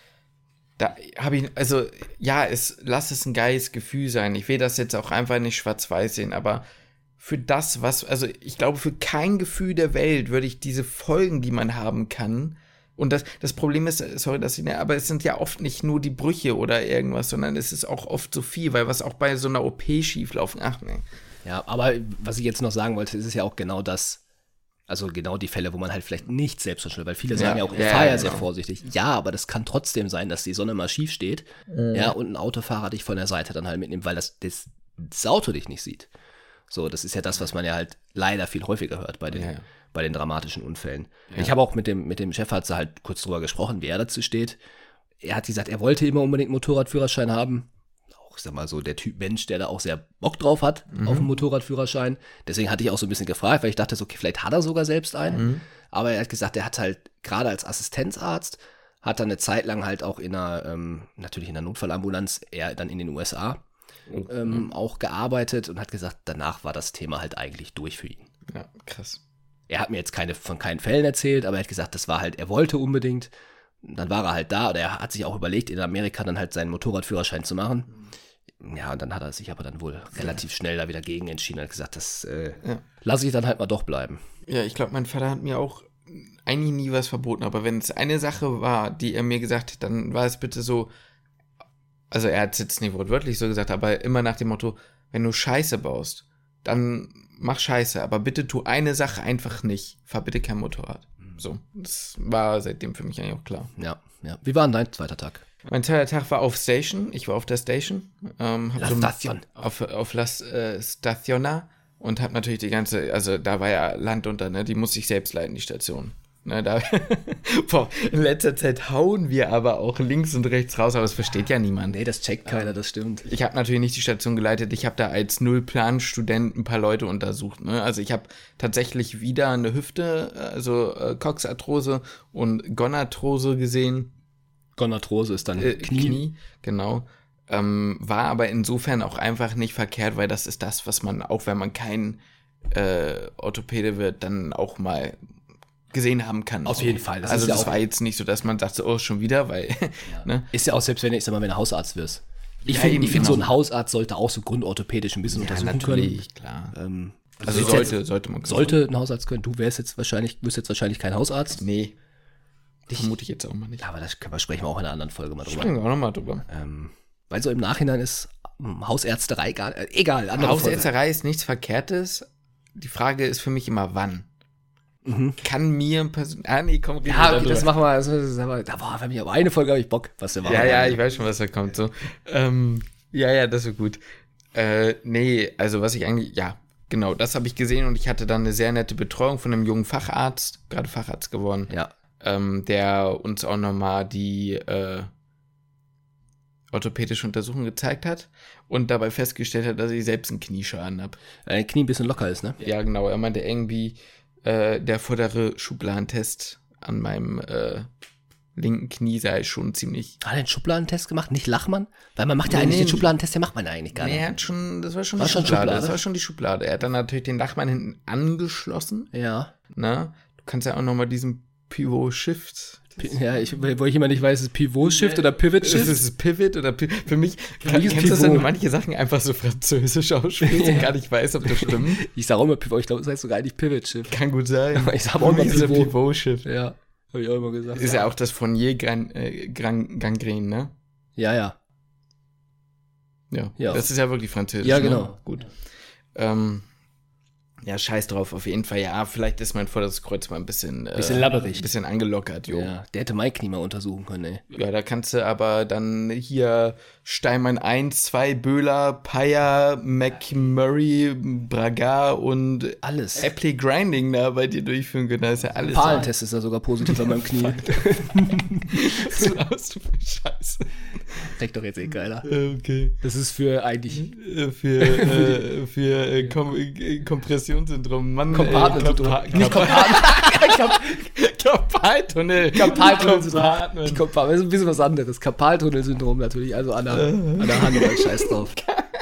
Da habe ich, also ja, es, lass es ein geiles Gefühl sein. Ich will das jetzt auch einfach nicht schwarz-weiß sehen, aber für das, was, also ich glaube, für kein Gefühl der Welt würde ich diese Folgen, die man haben kann, und das, das Problem ist, sorry, dass ich, ne, aber es sind ja oft nicht nur die Brüche oder irgendwas, sondern es ist auch oft so viel, weil was auch bei so einer O P schieflaufen, ach ne. ja, aber was ich jetzt noch sagen wollte, ist es ja auch genau das, also genau die Fälle, wo man halt vielleicht nicht selbst verschuldet, weil viele sagen ja, Ja, auch, ich ja, fahre ja ja, sehr genau. vorsichtig. Ja, aber das kann trotzdem sein, dass die Sonne mal schief steht, ja, und ein Autofahrer dich von der Seite dann halt mitnimmt, weil das, das, das Auto dich nicht sieht. So, das ist ja das, was man ja halt leider viel häufiger hört bei den, Ja, ja. bei den dramatischen Unfällen. Ja. Ich habe auch mit dem, mit dem Chefarzt halt kurz drüber gesprochen, wie er dazu steht. Er hat gesagt, er wollte immer unbedingt einen Motorradführerschein haben. Auch, ich sag mal so, der Typ Mensch, der da auch sehr Bock drauf hat, Mhm. auf einen Motorradführerschein. Deswegen hatte ich auch so ein bisschen gefragt, weil ich dachte, so, okay, vielleicht hat er sogar selbst einen. Mhm. Aber er hat gesagt, er hat halt gerade als Assistenzarzt, hat dann eine Zeit lang halt auch in einer, ähm, natürlich in der Notfallambulanz, eher dann in den U S A, ähm, auch gearbeitet und hat gesagt, danach war das Thema halt eigentlich durch für ihn. Ja, krass. Er hat mir jetzt keine von keinen Fällen erzählt, aber er hat gesagt, das war halt, er wollte unbedingt. Dann war er halt da oder er hat sich auch überlegt, in Amerika dann halt seinen Motorradführerschein zu machen. Ja, und dann hat er sich aber dann wohl relativ schnell da wieder gegen entschieden und hat gesagt, das äh, Ja. lasse ich dann halt mal doch bleiben. Ja, ich glaube, mein Vater hat mir auch eigentlich nie was verboten, aber wenn es eine Sache war, die er mir gesagt hat, dann war es bitte so, also er hat es jetzt nicht wortwörtlich so gesagt, aber immer nach dem Motto, wenn du Scheiße baust, dann mach Scheiße, aber bitte tu eine Sache einfach nicht, fahr bitte kein Motorrad. So, das war seitdem für mich eigentlich auch klar. Ja, ja. Wie war denn dein zweiter Tag? Mein zweiter Tag war auf Station, ich war auf der Station. Ähm, hab La so Station. Auf, auf La äh, Stationa und hab natürlich die ganze, also da war ja Land unter, ne, die musste ich selbst leiten, die Station. Ne, da, boah, in letzter Zeit hauen wir aber auch links und rechts raus, aber das versteht ja niemand. Nee, das checkt keiner, das stimmt. Ich habe natürlich nicht die Station geleitet, ich habe da als Nullplan-Student ein paar Leute untersucht. Ne? Also ich habe tatsächlich wieder eine Hüfte, also äh, Coxarthrose und Gonarthrose gesehen. Gonarthrose ist dann Äh, Knie. Knie, genau. Ähm, war aber insofern auch einfach nicht verkehrt, weil das ist das, was man, auch wenn man kein äh, Orthopäde wird, dann auch mal gesehen haben kann. Auf jeden Fall. Das also ist ja das auch- war jetzt nicht so, dass man dachte, oh, schon wieder, weil, ne? Ist ja auch selbst, wenn du, ich sag mal, wenn du Hausarzt wirst. Ich Ja, finde, eben, ich find, so genau. ein Hausarzt sollte auch so grundorthopädisch ein bisschen untersuchen können. klar. Ähm, Also du bist sollte, jetzt, sollte man können. sollte ein Hausarzt können. Du wärst jetzt wahrscheinlich, bist jetzt wahrscheinlich kein Hausarzt. Nee. Vermute ich jetzt auch mal nicht. Aber das können wir, sprechen wir auch in einer anderen Folge mal drüber. Sprechen wir auch nochmal drüber. Ähm, weil so im Nachhinein ist ähm, Hausärzterei gar, äh, egal. Andere Folge. Hausärzterei ist nichts Verkehrtes. Die Frage ist für mich immer, wann? Mhm. Kann mir ein Person... Ah, nee, komm, reden wir Ja, okay, darüber. das machen wir. Das, das, das, da war, wenn ich aber eine Folge habe ich Bock, was wir machen. Ja, ja, ich weiß schon, was da kommt. So. Ähm, ja, ja, das ist gut. Äh, nee, also was ich eigentlich, ja, genau, das habe ich gesehen und ich hatte dann eine sehr nette Betreuung von einem jungen Facharzt, gerade Facharzt geworden, Ja. ähm, der uns auch nochmal die äh, orthopädische Untersuchung gezeigt hat und dabei festgestellt hat, dass ich selbst einen Knieschaden habe. Dein Knie ein bisschen locker ist, ne? Ja, genau, er meinte irgendwie, äh, der vordere Schubladentest an meinem äh, linken Knie sei schon ziemlich... Hat er einen Schubladentest gemacht? Nicht Lachmann? Weil man macht ja Nee, eigentlich nee. den Schubladentest, den macht man ja eigentlich gar Nee, nicht. er hat schon, das war schon War die schon Schublade. Schublade? Das war schon die Schublade. Er hat dann natürlich den Lachmann hinten angeschlossen. Ja. Ne? Du kannst ja auch nochmal diesen Pivot-Shift. P- Ja, ich, wo ich immer nicht weiß, ist es Pivot-Shift oder Pivot-Shift? Ist es Pivot oder Pi Für mich, Für mich ist kennst du das, wenn Pivot. du manche Sachen einfach so französisch aussprichst und gar nicht weißt, ob das stimmt? Ich sage auch immer Pivot, ich glaube, es heißt sogar eigentlich Pivot-Shift. Kann gut sein. Aber ich sag Für auch immer mich ist es Pivot. Pivot-Shift. Ja, habe ich auch immer gesagt. Ist ja auch das von je Gran, äh, Gran, Gangren, ne? Ja, ja. Ja. Ja. Das ist ja wirklich französisch. Ja, ne? genau. Gut. Ähm, ja, scheiß drauf, auf jeden Fall. Ja, vielleicht ist mein vorderes Kreuz mal ein bisschen, äh, Bisschen labberig. Ein bisschen angelockert, jo. Ja. Ja, der hätte mein Knie mal untersuchen können, ey. ja, da kannst du aber dann hier Steinmann eins, zwei, Böhler, Payer, McMurray, Braga und Alles. Apple Grinding da bei dir durchführen können. Da ist ja alles. Palentest ist ja sogar positiv an meinem Knie. Was laufst du für Scheiße? Trägt doch jetzt eh keiner. Okay. Das ist für eigentlich Äh, Für, äh, für äh, Kom äh, Kompression Kompartmentationssyndrom. Mann, Kompartmentsyndrom. Kompa- Nicht Kompartment. Karpaltunnel. Karpaltunnelsyndrom. Die Kompa- das ist ein bisschen was anderes. Karpaltunnelsyndrom natürlich, also an der, an der Hand, halt scheiß drauf.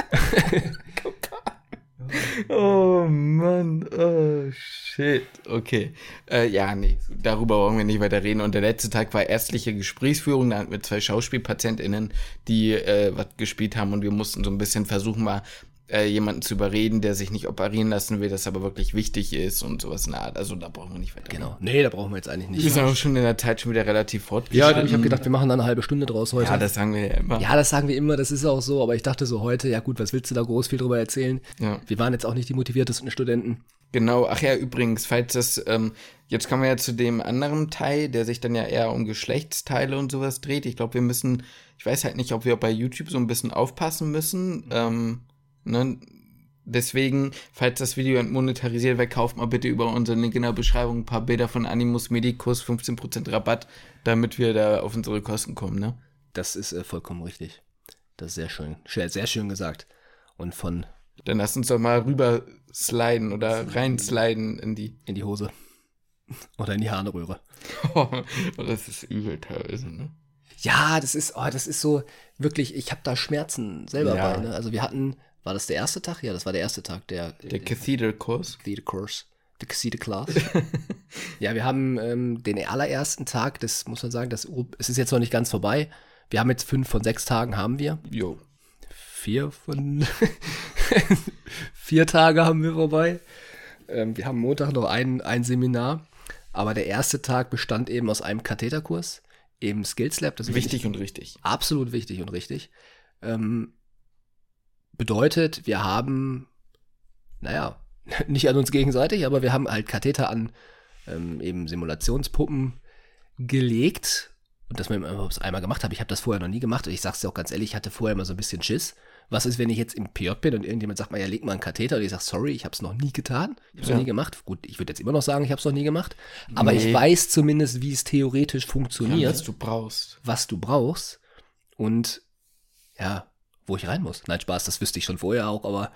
Oh Mann, oh shit. Okay. Äh, ja, nee, darüber wollen wir nicht weiter reden. Und der letzte Tag war ärztliche Gesprächsführung. Da hatten wir zwei SchauspielpatientInnen, die äh, was gespielt haben. Und wir mussten so ein bisschen versuchen, mal äh, jemanden zu überreden, der sich nicht operieren lassen will, das aber wirklich wichtig ist und sowas in der Art. Also da brauchen wir nicht weiter Genau. Nee, da brauchen wir jetzt eigentlich nicht. Wir sind auch schon in der Zeit schon wieder relativ fortgeschritten. Ja, ich habe gedacht, wir machen da eine halbe Stunde draus heute. Ja, das sagen wir ja immer. Ja, das sagen wir immer, das ist auch so. Aber ich dachte so heute, ja gut, was willst du da groß viel drüber erzählen? Ja. Wir waren jetzt auch nicht die motiviertesten Studenten. Genau, ach ja, übrigens, falls das, ähm, jetzt kommen wir ja zu dem anderen Teil, der sich dann ja eher um Geschlechtsteile und sowas dreht. Ich glaube, wir müssen, ich weiß halt nicht, ob wir bei YouTube so ein bisschen aufpassen müssen. Ähm, ne? Deswegen, falls das Video entmonetarisiert wird, kauft mal bitte über unseren Link in der Beschreibung ein paar Bilder von Animus Medicus, fünfzehn Prozent Rabatt, damit wir da auf unsere Kosten kommen, ne? Das ist äh, vollkommen richtig. Das ist sehr schön, sehr, sehr schön gesagt. Und von Dann lass uns doch mal rüber sliden oder reinsliden in die... in die Hose. Oder in die Harnröhre. Oh, das ist übel teilweise, ne? Ja, das ist, oh, das ist so, wirklich, ich habe da Schmerzen selber Ja. bei. Ne? Also wir hatten, war das der erste Tag? Ja, das war der erste Tag, der, Der Cathedral-Kurs. Cathedral Course, der Cathedral Class. Ja, wir haben ähm, den allerersten Tag, das muss man sagen, das, es ist jetzt noch nicht ganz vorbei. Wir haben jetzt fünf von sechs Tagen haben wir. Jo. Vier von vier Tage haben wir vorbei. Ähm, wir haben Montag noch ein, ein Seminar, aber der erste Tag bestand eben aus einem Katheterkurs, eben Skills Lab. Das ist Wichtig und richtig. absolut wichtig und richtig. Ähm, bedeutet, wir haben, naja, nicht an uns gegenseitig, aber wir haben halt Katheter an ähm, eben Simulationspuppen gelegt. Und dass man das einmal gemacht habe, ich habe das vorher noch nie gemacht. Und ich sag's dir auch ganz ehrlich, ich hatte vorher immer so ein bisschen Schiss. Was ist, wenn ich jetzt im P J bin und irgendjemand sagt mal, ja, leg mal einen Katheter und ich sage, sorry, ich habe es noch nie getan. Ich habe es Ja. noch nie gemacht. Gut, ich würde jetzt immer noch sagen, ich habe es noch nie gemacht. Aber Nee. ich weiß zumindest, wie es theoretisch Ja, funktioniert, was du brauchst. was du brauchst und ja, wo ich rein muss. Nein, Spaß, das wüsste ich schon vorher auch, aber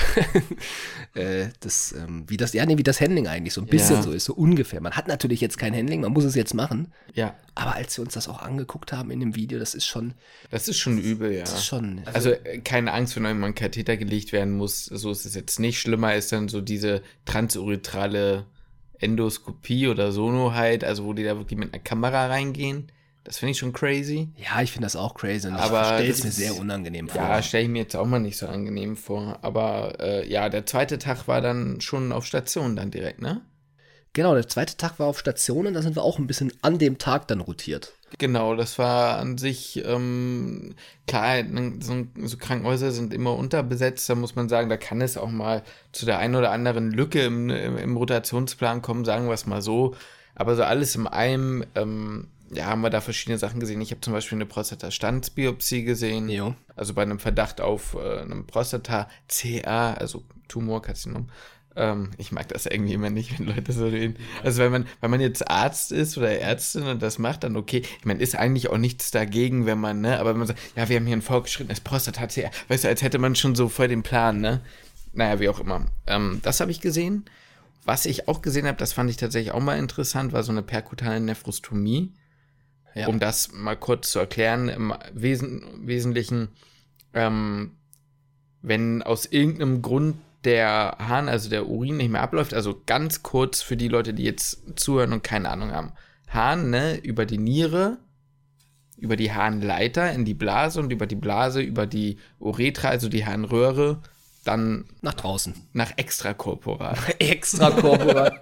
äh, das, ähm, wie das, ja, nee, wie das Handling eigentlich so ein bisschen Ja. so ist, so ungefähr. Man hat natürlich jetzt kein Handling, man muss es jetzt machen. Ja, Aber als wir uns das auch angeguckt haben in dem Video, das ist schon, das ist schon übel, ja. das ist schon, Also äh, keine Angst, wenn einem ein Katheter gelegt werden muss, so ist es jetzt nicht. Schlimmer ist dann so diese transuretrale Endoskopie oder Sono halt, also wo die da wirklich mit einer Kamera reingehen. Das finde ich schon crazy. ja, ich finde das auch crazy und Aber ich stelle es das mir ist- sehr unangenehm vor. Ja, stelle ich mir jetzt auch mal nicht so angenehm vor. Aber äh, ja, der zweite Tag war dann schon auf Station dann direkt, ne? Genau, der zweite Tag war auf Station und da sind wir auch ein bisschen an dem Tag dann rotiert. Genau, das war an sich, ähm, klar, so, so Krankenhäuser sind immer unterbesetzt, da muss man sagen, da kann es auch mal zu der einen oder anderen Lücke im, im, im Rotationsplan kommen, sagen wir es mal so. Aber so alles in allem, ähm, ja, haben wir da verschiedene Sachen gesehen. Ich habe zum Beispiel eine Prostatastandsbiopsie gesehen, Jo. also bei einem Verdacht auf äh, einem Prostata-C A, also Tumorkarzinom. Ähm, ich mag das irgendwie immer nicht, wenn Leute so reden. Also wenn man, wenn man jetzt Arzt ist oder Ärztin und das macht, dann okay. Ich meine, ist eigentlich auch nichts dagegen, wenn man, ne, aber wenn man sagt, ja, wir haben hier ein fortgeschrittenes Prostata-C A, weißt du, als hätte man schon so voll den Plan, ne? Naja, wie auch immer. Ähm, das habe ich gesehen. Was ich auch gesehen habe, das fand ich tatsächlich auch mal interessant, war so eine perkutane Nephrostomie. Ja. Um das mal kurz zu erklären, im Wesen, Wesentlichen, ähm, wenn aus irgendeinem Grund der Harn, also der Urin nicht mehr abläuft, also ganz kurz für die Leute, die jetzt zuhören und keine Ahnung haben. Harn, ne, über die Niere, über die Harnleiter in die Blase und über die Blase, über die Uretra, also die Harnröhre, dann Nach draußen. nach extrakorporal. Extrakorporal.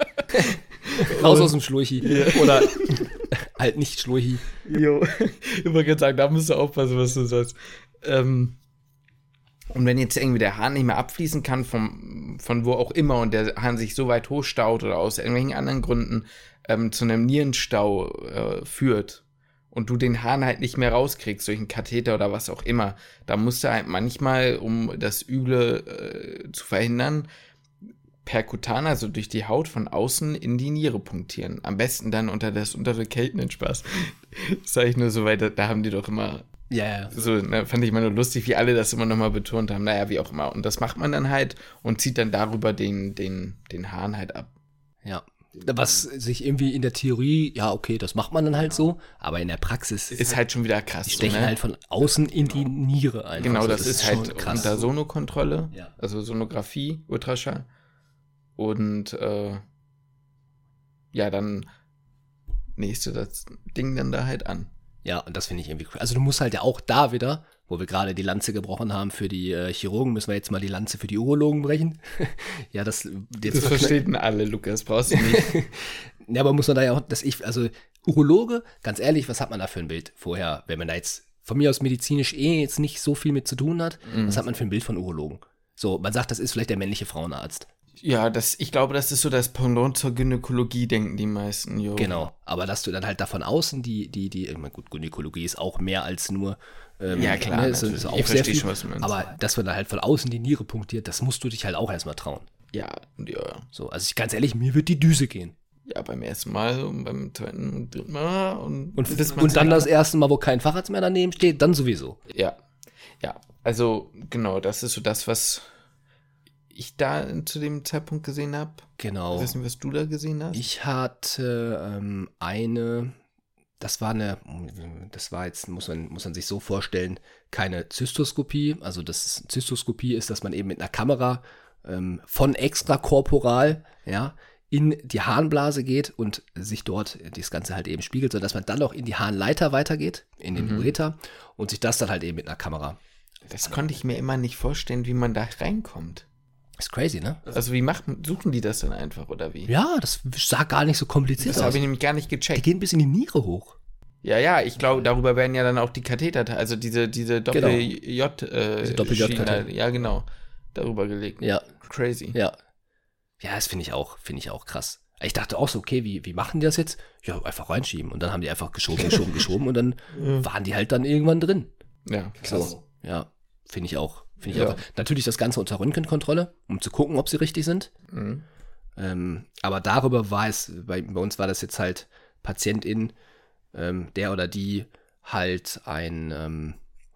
Raus aus dem Schlurchi. Oder halt nicht Schlurchi. Jo, ich wollte gerade sagen, da musst du aufpassen, was du sagst. Ähm, und wenn jetzt irgendwie der Hahn nicht mehr abfließen kann, vom, von wo auch immer, und der Hahn sich so weit hochstaut oder aus irgendwelchen anderen Gründen ähm, zu einem Nierenstau äh, führt und du den Hahn halt nicht mehr rauskriegst durch einen Katheter oder was auch immer, da musst du halt manchmal, um das Üble äh, zu verhindern, perkutan, also durch die Haut von außen in die Niere punktieren. Am besten dann unter das untere Kelten, Spaß. Das sage ich nur so weiter, da haben die doch immer Ja, ja. So, ne, fand ich immer nur lustig, wie alle das immer nochmal betont haben. Naja, wie auch immer. Und das macht man dann halt und zieht dann darüber den, den, den Hahn halt ab. Ja. Was sich irgendwie in der Theorie, ja, okay, das macht man dann halt so, aber in der Praxis ist halt schon wieder krass. Die stechen so, ne? halt von außen in die Niere ein. Genau, also, das, das ist, ist halt krass. unter Sonokontrolle, ja. also Sonographie, Ultraschall. Und äh, ja, dann nächste das Ding dann da halt an. Ja, und das finde ich irgendwie cool. Also du musst halt ja auch da wieder, wo wir gerade die Lanze gebrochen haben für die äh, Chirurgen, müssen wir jetzt mal die Lanze für die Urologen brechen. ja, das jetzt Das verstehen alle, Lukas, brauchst du nicht. ja, aber muss man da ja auch, dass ich, also Urologe, ganz ehrlich, was hat man da für ein Bild vorher, wenn man da jetzt von mir aus medizinisch eh jetzt nicht so viel mit zu tun hat, mhm. was hat man für ein Bild von Urologen? So, man sagt, das ist vielleicht der männliche Frauenarzt. Ja, das, ich glaube, das ist so das Pendant zur Gynäkologie, denken die meisten, jo. Genau, aber dass du dann halt davon außen die, die, die, ich meine, gut, Gynäkologie ist auch mehr als nur, ähm, ja klar, ne, ist, ist auch ich sehr viel, schon, was du meinst. Aber dass man dann halt von außen die Niere punktiert, das musst du dich halt auch erstmal trauen. Ja, ja. So, also ich, ganz ehrlich, mir wird die Düse gehen. Ja, beim ersten Mal und beim zweiten und dritten Mal. Und, und, das und dann das erste Mal, wo kein Facharzt mehr daneben steht, dann sowieso. Ja, ja, also genau, das ist so das, was ich da zu dem Zeitpunkt gesehen habe. Genau. Ich weiß nicht, was du da gesehen hast. Ich hatte ähm, eine, das war eine, das war jetzt, muss man, muss man sich so vorstellen, keine Zystoskopie. Also das Zystoskopie ist, dass man eben mit einer Kamera ähm, von extrakorporal, ja, in die Harnblase geht und sich dort das Ganze halt eben spiegelt, sodass man dann auch in die Harnleiter weitergeht, in den mhm. Ureter und sich das dann halt eben mit einer Kamera. Das konnte ich mir immer nicht vorstellen, wie man da reinkommt. Ist crazy, ne? Also wie machen, suchen die das dann einfach, oder wie? Ja, das sah gar nicht so kompliziert das aus. Das habe ich nämlich nämlich gar nicht gecheckt. Die gehen bis in die Niere hoch. Ja, ja, ich glaube, darüber werden ja dann auch die Katheter, also diese, diese Doppel-J, genau. äh, diese Doppel-J-Katheter. Ja, genau, darüber gelegt. Ja. Crazy. Ja. Ja, das finde ich auch, finde ich auch krass. Ich dachte auch so, okay, wie, wie machen die das jetzt? Ja, einfach reinschieben. Und dann haben die einfach geschoben, geschoben, geschoben und dann ja. waren die halt dann irgendwann drin. Ja, krass. So, ja, finde ich auch. Finde ich ja. auch. Natürlich das Ganze unter Röntgenkontrolle, um zu gucken, ob sie richtig sind. Mhm. Ähm, aber darüber war es, bei, bei uns war das jetzt halt Patientin, ähm, der oder die halt ein, ähm,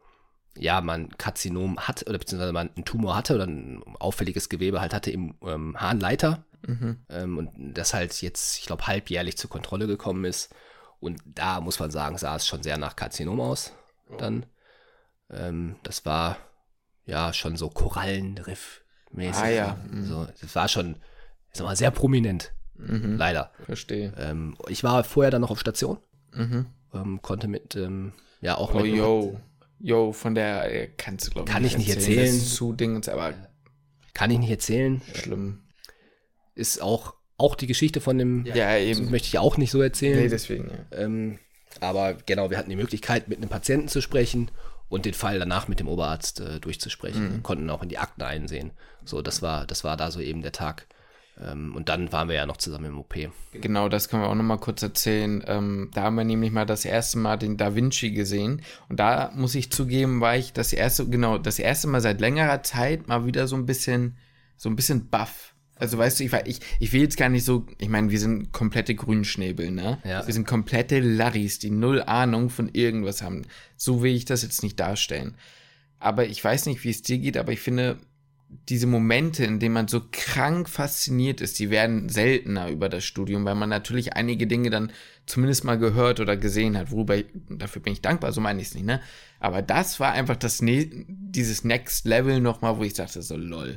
ja, man Karzinom hat, oder beziehungsweise man einen Tumor hatte oder ein auffälliges Gewebe halt hatte im ähm, Harnleiter. Mhm. Ähm, und das halt jetzt, ich glaube, halbjährlich zur Kontrolle gekommen ist. Und da muss man sagen, sah es schon sehr nach Karzinom aus. Oh. Dann. Ähm, das war ja schon so Korallenriff-mäßig. Ah ja. Mhm. So, das war schon, ich sag mal, sehr prominent. Mhm. Leider. Verstehe. Ähm, ich war vorher dann noch auf Station. Mhm. Ähm, konnte mit, ähm, ja auch oh, mit. Yo. Yo, von der äh, kannst du, glaube ich, kann ich nicht erzählen. erzählen. Zu Dingens, aber kann ich nicht erzählen. Schlimm. Ist auch, auch die Geschichte von dem, ja, eben. möchte ich auch nicht so erzählen. Nee, deswegen, ja. Ähm, aber genau, wir hatten die Möglichkeit, mit einem Patienten zu sprechen und den Fall danach mit dem Oberarzt äh, durchzusprechen. Mhm. Wir konnten auch in die Akten einsehen. So, das war, das war da so eben der Tag. Ähm, und dann waren wir ja noch zusammen im O P. Genau, das können wir auch noch mal kurz erzählen. Ähm, da haben wir nämlich mal das erste Mal den Da Vinci gesehen. Und da muss ich zugeben, war ich das erste, genau, das erste Mal seit längerer Zeit mal wieder so ein bisschen, so ein bisschen baff. Also weißt du, ich, ich, ich will jetzt gar nicht so, ich meine, wir sind komplette Grünschnäbel, ne? Ja. Wir sind komplette Larrys, die null Ahnung von irgendwas haben. So will ich das jetzt nicht darstellen. Aber ich weiß nicht, wie es dir geht, aber ich finde, diese Momente, in denen man so krank fasziniert ist, die werden seltener über das Studium, weil man natürlich einige Dinge dann zumindest mal gehört oder gesehen hat, worüber ich, dafür bin ich dankbar, so meine ich es nicht, ne? Aber das war einfach das, ne- dieses Next Level nochmal, wo ich dachte, so lol.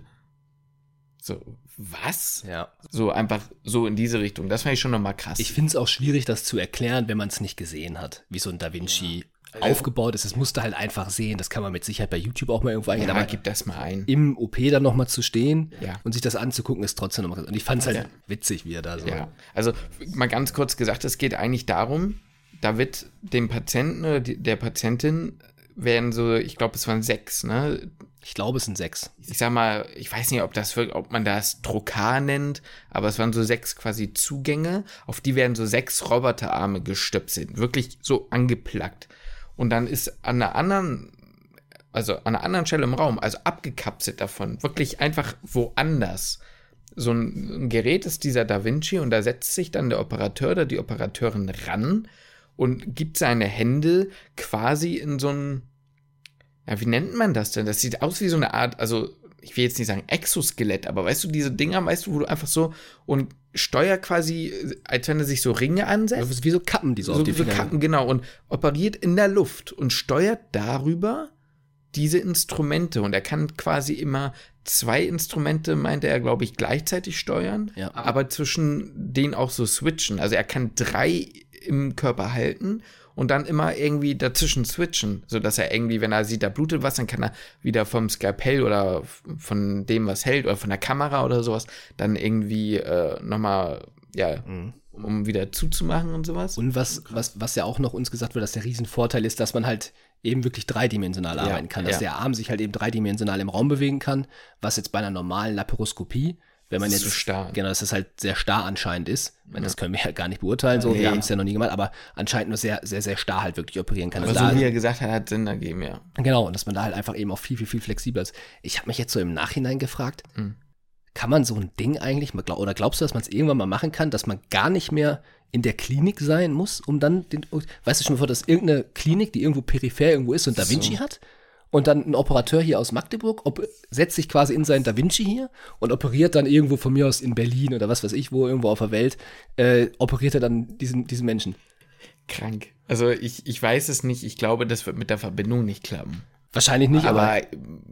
So, was? Ja. So einfach so in diese Richtung. Das fand ich schon nochmal krass. Ich finde es auch schwierig, das zu erklären, wenn man es nicht gesehen hat, wie so ein Da Vinci ja. aufgebaut ist. Das musst du halt einfach sehen. Das kann man mit Sicherheit bei YouTube auch mal irgendwo eingehen. Ja, aber gib das mal ein. Im O P dann nochmal zu stehen ja. und sich das anzugucken, ist trotzdem nochmal. Und ich fand es halt ja. witzig, wie er da so. Ja, also mal ganz kurz gesagt, es geht eigentlich darum, da wird dem Patienten oder der Patientin werden so, ich glaube, es waren sechs, ne? Ich glaube, es sind sechs. Ich sag mal, ich weiß nicht, ob das wirklich, ob man das Trokar nennt, aber es waren so sechs quasi Zugänge, auf die werden so sechs Roboterarme gestöpselt, wirklich so angeplackt. Und dann ist an einer anderen, also an einer anderen Stelle im Raum, also abgekapselt davon, wirklich einfach woanders. So ein, ein Gerät ist dieser Da Vinci und da setzt sich dann der Operateur oder die Operateurin ran und gibt seine Hände quasi in so ein, ja, wie nennt man das denn? Das sieht aus wie so eine Art, also ich will jetzt nicht sagen Exoskelett, aber weißt du, diese Dinger, weißt du, wo du einfach so und steuert quasi, als wenn er sich so Ringe ansetzt. Wie so Kappen, die so, so auf die so Finger Kappen, genau, und operiert in der Luft und steuert darüber diese Instrumente. Und er kann quasi immer zwei Instrumente, meinte er, glaube ich, gleichzeitig steuern, Ja. aber zwischen denen auch so switchen. Also er kann drei im Körper halten und dann immer irgendwie dazwischen switchen, sodass er irgendwie, wenn er sieht, da blutet was, dann kann er wieder vom Skalpell oder von dem, was hält, oder von der Kamera oder sowas, dann irgendwie äh, nochmal, ja, mhm. um wieder zuzumachen und sowas. Und was, was, was ja auch noch uns gesagt wird, dass der Riesenvorteil ist, dass man halt eben wirklich dreidimensional Ja, arbeiten kann, dass ja. der Arm sich halt eben dreidimensional im Raum bewegen kann, was jetzt bei einer normalen Laparoskopie, wenn man Das ist jetzt, so starr. genau, dass das halt sehr starr anscheinend ist. Ich meine, Ja. das können wir ja gar nicht beurteilen, so, Nee. wir haben es ja noch nie gemacht, aber anscheinend nur sehr, sehr, sehr starr halt wirklich operieren kann. Aber Und so da, wie er gesagt hat, hat Sinn ergeben, ja. genau, und dass man da halt einfach eben auch viel, viel, viel flexibler ist. Ich habe mich jetzt so im Nachhinein gefragt, Mhm. kann man so ein Ding eigentlich, mal glaub, oder glaubst du, dass man es irgendwann mal machen kann, dass man gar nicht mehr in der Klinik sein muss, um dann den, weißt du schon mal vor, dass irgendeine Klinik, die irgendwo peripher irgendwo ist und Da Vinci So. hat und dann ein Operateur hier aus Magdeburg op- setzt sich quasi in seinen Da Vinci hier und operiert dann irgendwo von mir aus in Berlin oder was weiß ich wo, irgendwo auf der Welt, äh, operiert er dann diesen, diesen Menschen. Krank. Also ich, ich weiß es nicht, ich glaube, das wird mit der Verbindung nicht klappen. Wahrscheinlich nicht, aber, Aber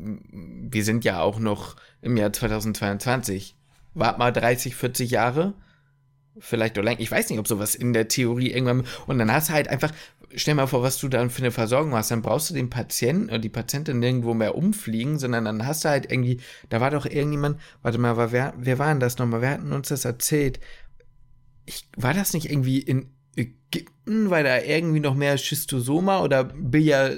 mm, wir sind ja auch noch im Jahr zweitausendzweiundzwanzig. Wart mal dreißig, vierzig Jahre, vielleicht auch länger. Ich weiß nicht, ob sowas in der Theorie irgendwann. Und dann hast du halt einfach, stell mal vor, was du dann für eine Versorgung hast. Dann brauchst du den Patienten oder die Patientin nirgendwo mehr umfliegen, sondern dann hast du halt irgendwie, da war doch irgendjemand, warte mal, war, wer, wer war denn das nochmal? Wer hat denn uns das erzählt? Ich, war das nicht irgendwie in Ägypten, weil da irgendwie noch mehr Schistosoma oder Billiard.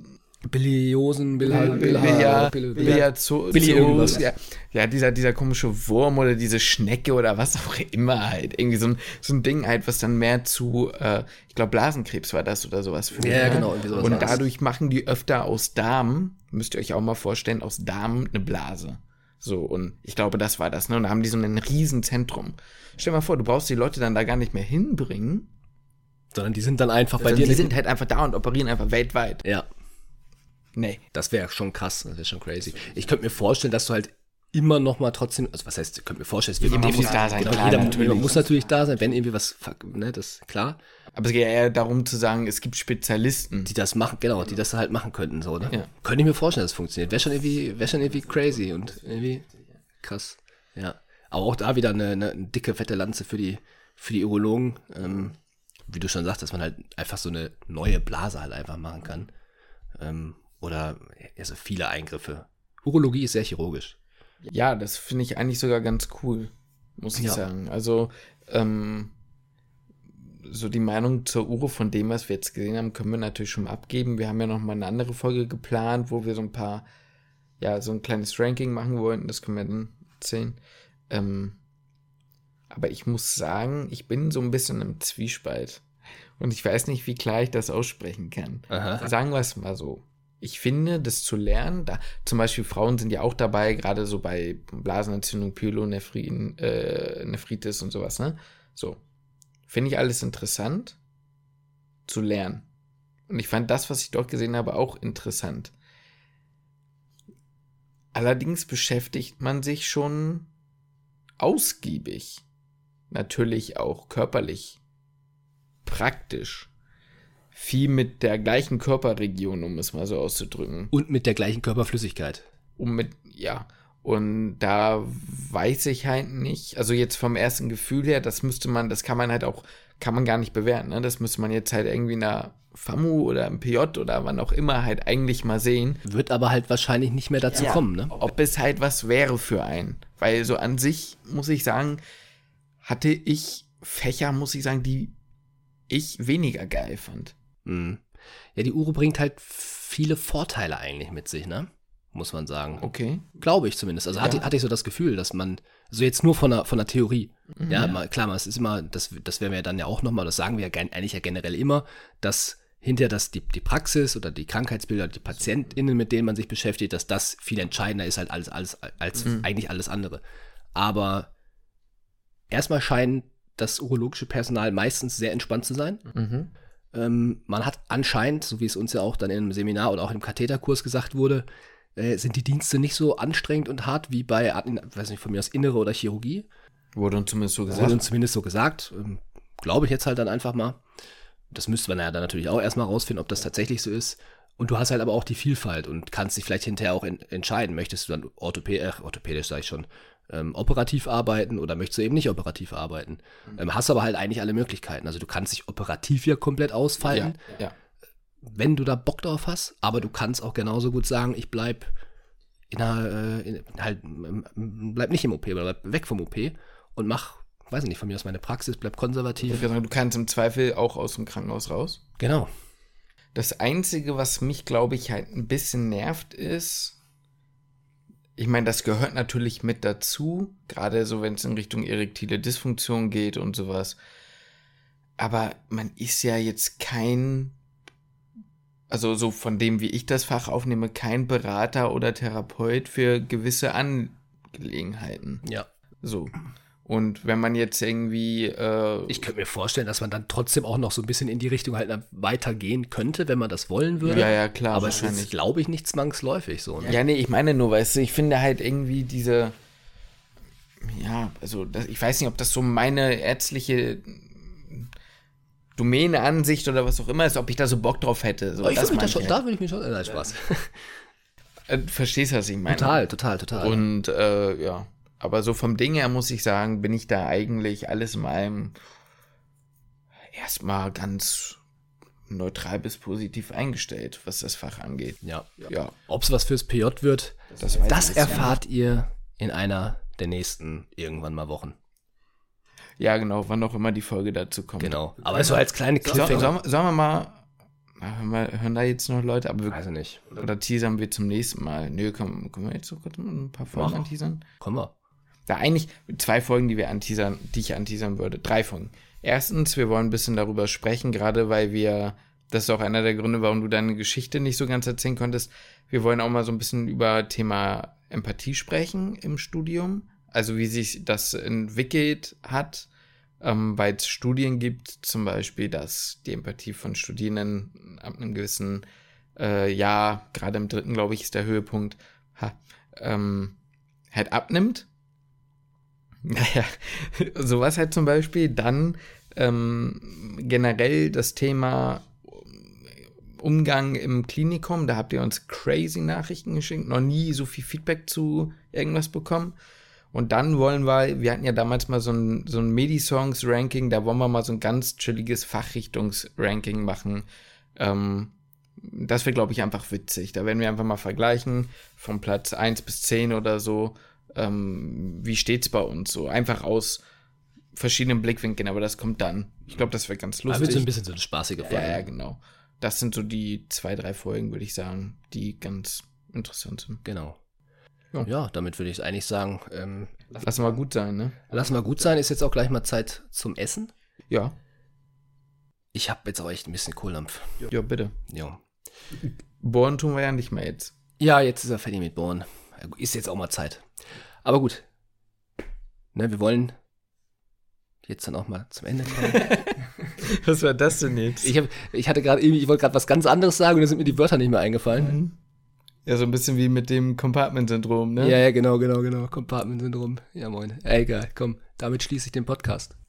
Biliosen, Billard, Billard, Billard, Billard, Zo- Billy irgendwas. Zoos, ja, ja, dieser, dieser komische Wurm oder diese Schnecke oder was auch immer halt. Irgendwie so ein, so ein Ding halt, was dann mehr zu, äh, ich glaube, Blasenkrebs war das oder sowas. Für Ja, ne? genau, irgendwie sowas Und war das. dadurch machen die öfter aus Darm, müsst ihr euch auch mal vorstellen, aus Darm eine Blase. So, und ich glaube, das war das, ne? Und da haben die so ein Riesenzentrum. Stell dir mal vor, du brauchst die Leute dann da gar nicht mehr hinbringen, sondern die sind dann einfach bei sondern dir. die sind halt einfach da und operieren einfach weltweit. Ja. Nee. Das wäre schon krass, das wäre schon crazy. Ich könnte mir vorstellen, dass du halt immer noch mal trotzdem, also was heißt, ich könnte mir vorstellen, es wird Jemand definitiv- muss da sein, genau, klar, jeder natürlich. muss natürlich da sein, wenn irgendwie was, fuck, ne, das ist klar, Aber es geht eher darum zu sagen, es gibt Spezialisten. die das machen, genau, die das halt machen könnten, so, ne? Ja. Könnte ich mir vorstellen, dass es funktioniert. Wäre schon irgendwie, wäre schon irgendwie crazy und irgendwie krass, ja. Aber auch da wieder eine, eine, eine dicke, fette Lanze für die, für die Urologen, ähm, wie du schon sagst, dass man halt einfach so eine neue Blase halt einfach machen kann. Ähm, oder also viele Eingriffe. Urologie ist sehr chirurgisch. Ja, das finde ich eigentlich sogar ganz cool, muss ich Ja. sagen. Also, ähm, so die Meinung zur Uro von dem, was wir jetzt gesehen haben, können wir natürlich schon mal abgeben. Wir haben ja noch mal eine andere Folge geplant, wo wir so ein paar, ja, so ein kleines Ranking machen wollten. Das können wir dann erzählen. Ähm, aber ich muss sagen, ich bin so ein bisschen im Zwiespalt. Und ich weiß nicht, wie klar ich das aussprechen kann. Aha. Sagen wir es mal so. Ich finde, das zu lernen, da zum Beispiel Frauen sind ja auch dabei, gerade so bei Blasenentzündung, Pyelonephrin, äh, Nephritis und sowas, ne? So. Finde ich alles interessant zu lernen. Und ich fand das, was ich dort gesehen habe, auch interessant. Allerdings beschäftigt man sich schon ausgiebig, natürlich auch körperlich, praktisch, viel mit der gleichen Körperregion, um es mal so auszudrücken. Und mit der gleichen Körperflüssigkeit. Um mit, ja. Und da weiß ich halt nicht, also jetzt vom ersten Gefühl her, das müsste man, das kann man halt auch, kann man gar nicht bewerten, ne? Das müsste man jetzt halt irgendwie in der FAMU oder im P J oder wann auch immer halt eigentlich mal sehen. Wird aber halt wahrscheinlich nicht mehr dazu Ja, kommen, ne? Ob es halt was wäre für einen. Weil so an sich, muss ich sagen, hatte ich Fächer, muss ich sagen, die ich weniger geil fand. Mhm. Ja, die Uro bringt halt viele Vorteile eigentlich mit sich, ne? Muss man sagen. Okay. Glaube ich zumindest. Also hatte, Ja. hatte ich so das Gefühl, dass man, so jetzt nur von der, von der Theorie. Mhm. Ja, mal, klar, es ist immer, das, das werden wir dann ja auch nochmal, das sagen wir ja gen- eigentlich ja generell immer, dass hinterher das, die, die Praxis oder die Krankheitsbilder, die PatientInnen, mit denen man sich beschäftigt, dass das viel entscheidender ist halt als, als, als Mhm. eigentlich alles andere. Aber erstmal scheint das urologische Personal meistens sehr entspannt zu sein. Mhm. Ähm, man hat anscheinend, so wie es uns ja auch dann im Seminar oder auch im Katheterkurs gesagt wurde, äh, sind die Dienste nicht so anstrengend und hart wie bei, weiß nicht, von mir aus Innere oder Chirurgie. Wurde uns zumindest so gesagt. Wurde uns zumindest so gesagt. Ähm, Glaube ich jetzt halt dann einfach mal. Das müsste man ja dann natürlich auch erstmal rausfinden, ob das tatsächlich so ist. Und du hast halt aber auch die Vielfalt und kannst dich vielleicht hinterher auch in, entscheiden. Möchtest du dann orthopä äh, orthopädisch, sag ich schon, ähm, operativ arbeiten oder möchtest du eben nicht operativ arbeiten? Mhm. Ähm, hast aber halt eigentlich alle Möglichkeiten. Also du kannst dich operativ hier komplett ausfalten, ja, ja. wenn du da Bock drauf hast. Aber du kannst auch genauso gut sagen, ich bleib in einer, äh, in, halt, bleib nicht im O P, oder bleib weg vom O P und mach, weiß nicht, von mir aus meine Praxis, bleib konservativ. Du kannst im Zweifel auch aus dem Krankenhaus raus. Genau. Das Einzige, was mich, glaube ich, halt ein bisschen nervt, ist, ich meine, das gehört natürlich mit dazu, gerade so, wenn es in Richtung erektile Dysfunktion geht und sowas. Aber man ist ja jetzt kein, also so von dem, wie ich das Fach aufnehme, kein Berater oder Therapeut für gewisse Angelegenheiten. Ja. So. Und wenn man jetzt irgendwie äh, ich könnte mir vorstellen, dass man dann trotzdem auch noch so ein bisschen in die Richtung halt weitergehen könnte, wenn man das wollen würde. Ja, ja, klar. Aber es ist, glaube ich, nicht zwangsläufig so. Ne? Ja, nee, ich meine nur, weißt du, ich finde halt irgendwie diese, ja, also das, ich weiß nicht, ob das so meine ärztliche Domäne, Ansicht oder was auch immer ist, ob ich da so Bock drauf hätte. So, ich das würde mich da schon, halt. da würde ich mich schon, nein, Spaß. Äh, verstehst du, was ich meine? Total, total, total. Und äh, ja. Aber so vom Ding her muss ich sagen, bin ich da eigentlich alles in allem erstmal ganz neutral bis positiv eingestellt, was das Fach angeht. Ja. ja. Ob es was fürs P J wird, das, das erfahrt ja. ihr in einer der nächsten irgendwann mal Wochen. Ja, genau, wann auch immer die Folge dazu kommt. Genau, aber so als kleine Cliffhanger. Sollen so, so wir mal, hören, wir, hören da jetzt noch Leute? Aber wir, weiß ich nicht. Oder teasern wir zum nächsten Mal? Nö, können, können wir jetzt so kurz ein paar Folgen Mach. anteasern? Kommen wir. Da eigentlich zwei Folgen, die wir anteasern, die ich anteasern würde. Drei Folgen. Erstens, wir wollen ein bisschen darüber sprechen, gerade weil wir, das ist auch einer der Gründe, warum du deine Geschichte nicht so ganz erzählen konntest. Wir wollen auch mal so ein bisschen über Thema Empathie sprechen im Studium. Also wie sich das entwickelt hat, ähm, weil es Studien gibt, zum Beispiel, dass die Empathie von Studierenden ab einem gewissen äh, Jahr, gerade im dritten, glaube ich, ist der Höhepunkt, ha, ähm, halt abnimmt. Naja, sowas halt zum Beispiel. Dann ähm, generell das Thema Umgang im Klinikum. Da habt ihr uns crazy Nachrichten geschickt. Noch nie so viel Feedback zu irgendwas bekommen. Und dann wollen wir, wir hatten ja damals mal so ein, so ein Medi-Songs-Ranking. Da wollen wir mal so ein ganz chilliges Fachrichtungs-Ranking machen. Ähm, das wäre, glaube ich, einfach witzig. Da werden wir einfach mal vergleichen von Platz eins bis zehn oder so. Ähm, wie steht's bei uns so? Einfach aus verschiedenen Blickwinkeln, aber das kommt dann. Ich glaube, das wäre ganz lustig. Da wird so ein bisschen so eine spaßige Folge. Ja, ja, genau. Das sind so die zwei, drei Folgen, würde ich sagen, die ganz interessant sind. Genau. Ja, ja damit würde ich eigentlich sagen, ähm, lassen wir gut sein, ne? Lassen wir gut sein. Ist jetzt auch gleich mal Zeit zum Essen. Ja. Ich habe jetzt auch echt ein bisschen Kohldampf. Ja, bitte. Ja. Bohren tun wir ja nicht mehr jetzt. Ja, jetzt ist er fertig mit Bohren. Ist jetzt auch mal Zeit. Aber gut. Ne, wir wollen jetzt dann auch mal zum Ende kommen. Was war das denn jetzt? Ich, hab, ich hatte gerade ich wollte gerade was ganz anderes sagen und da sind mir die Wörter nicht mehr eingefallen. Mhm. Ja, so ein bisschen wie mit dem Compartment-Syndrom, ne? Ja, ja, genau, genau, genau. Compartment-Syndrom. Ja, moin. Egal, komm, damit schließe ich den Podcast.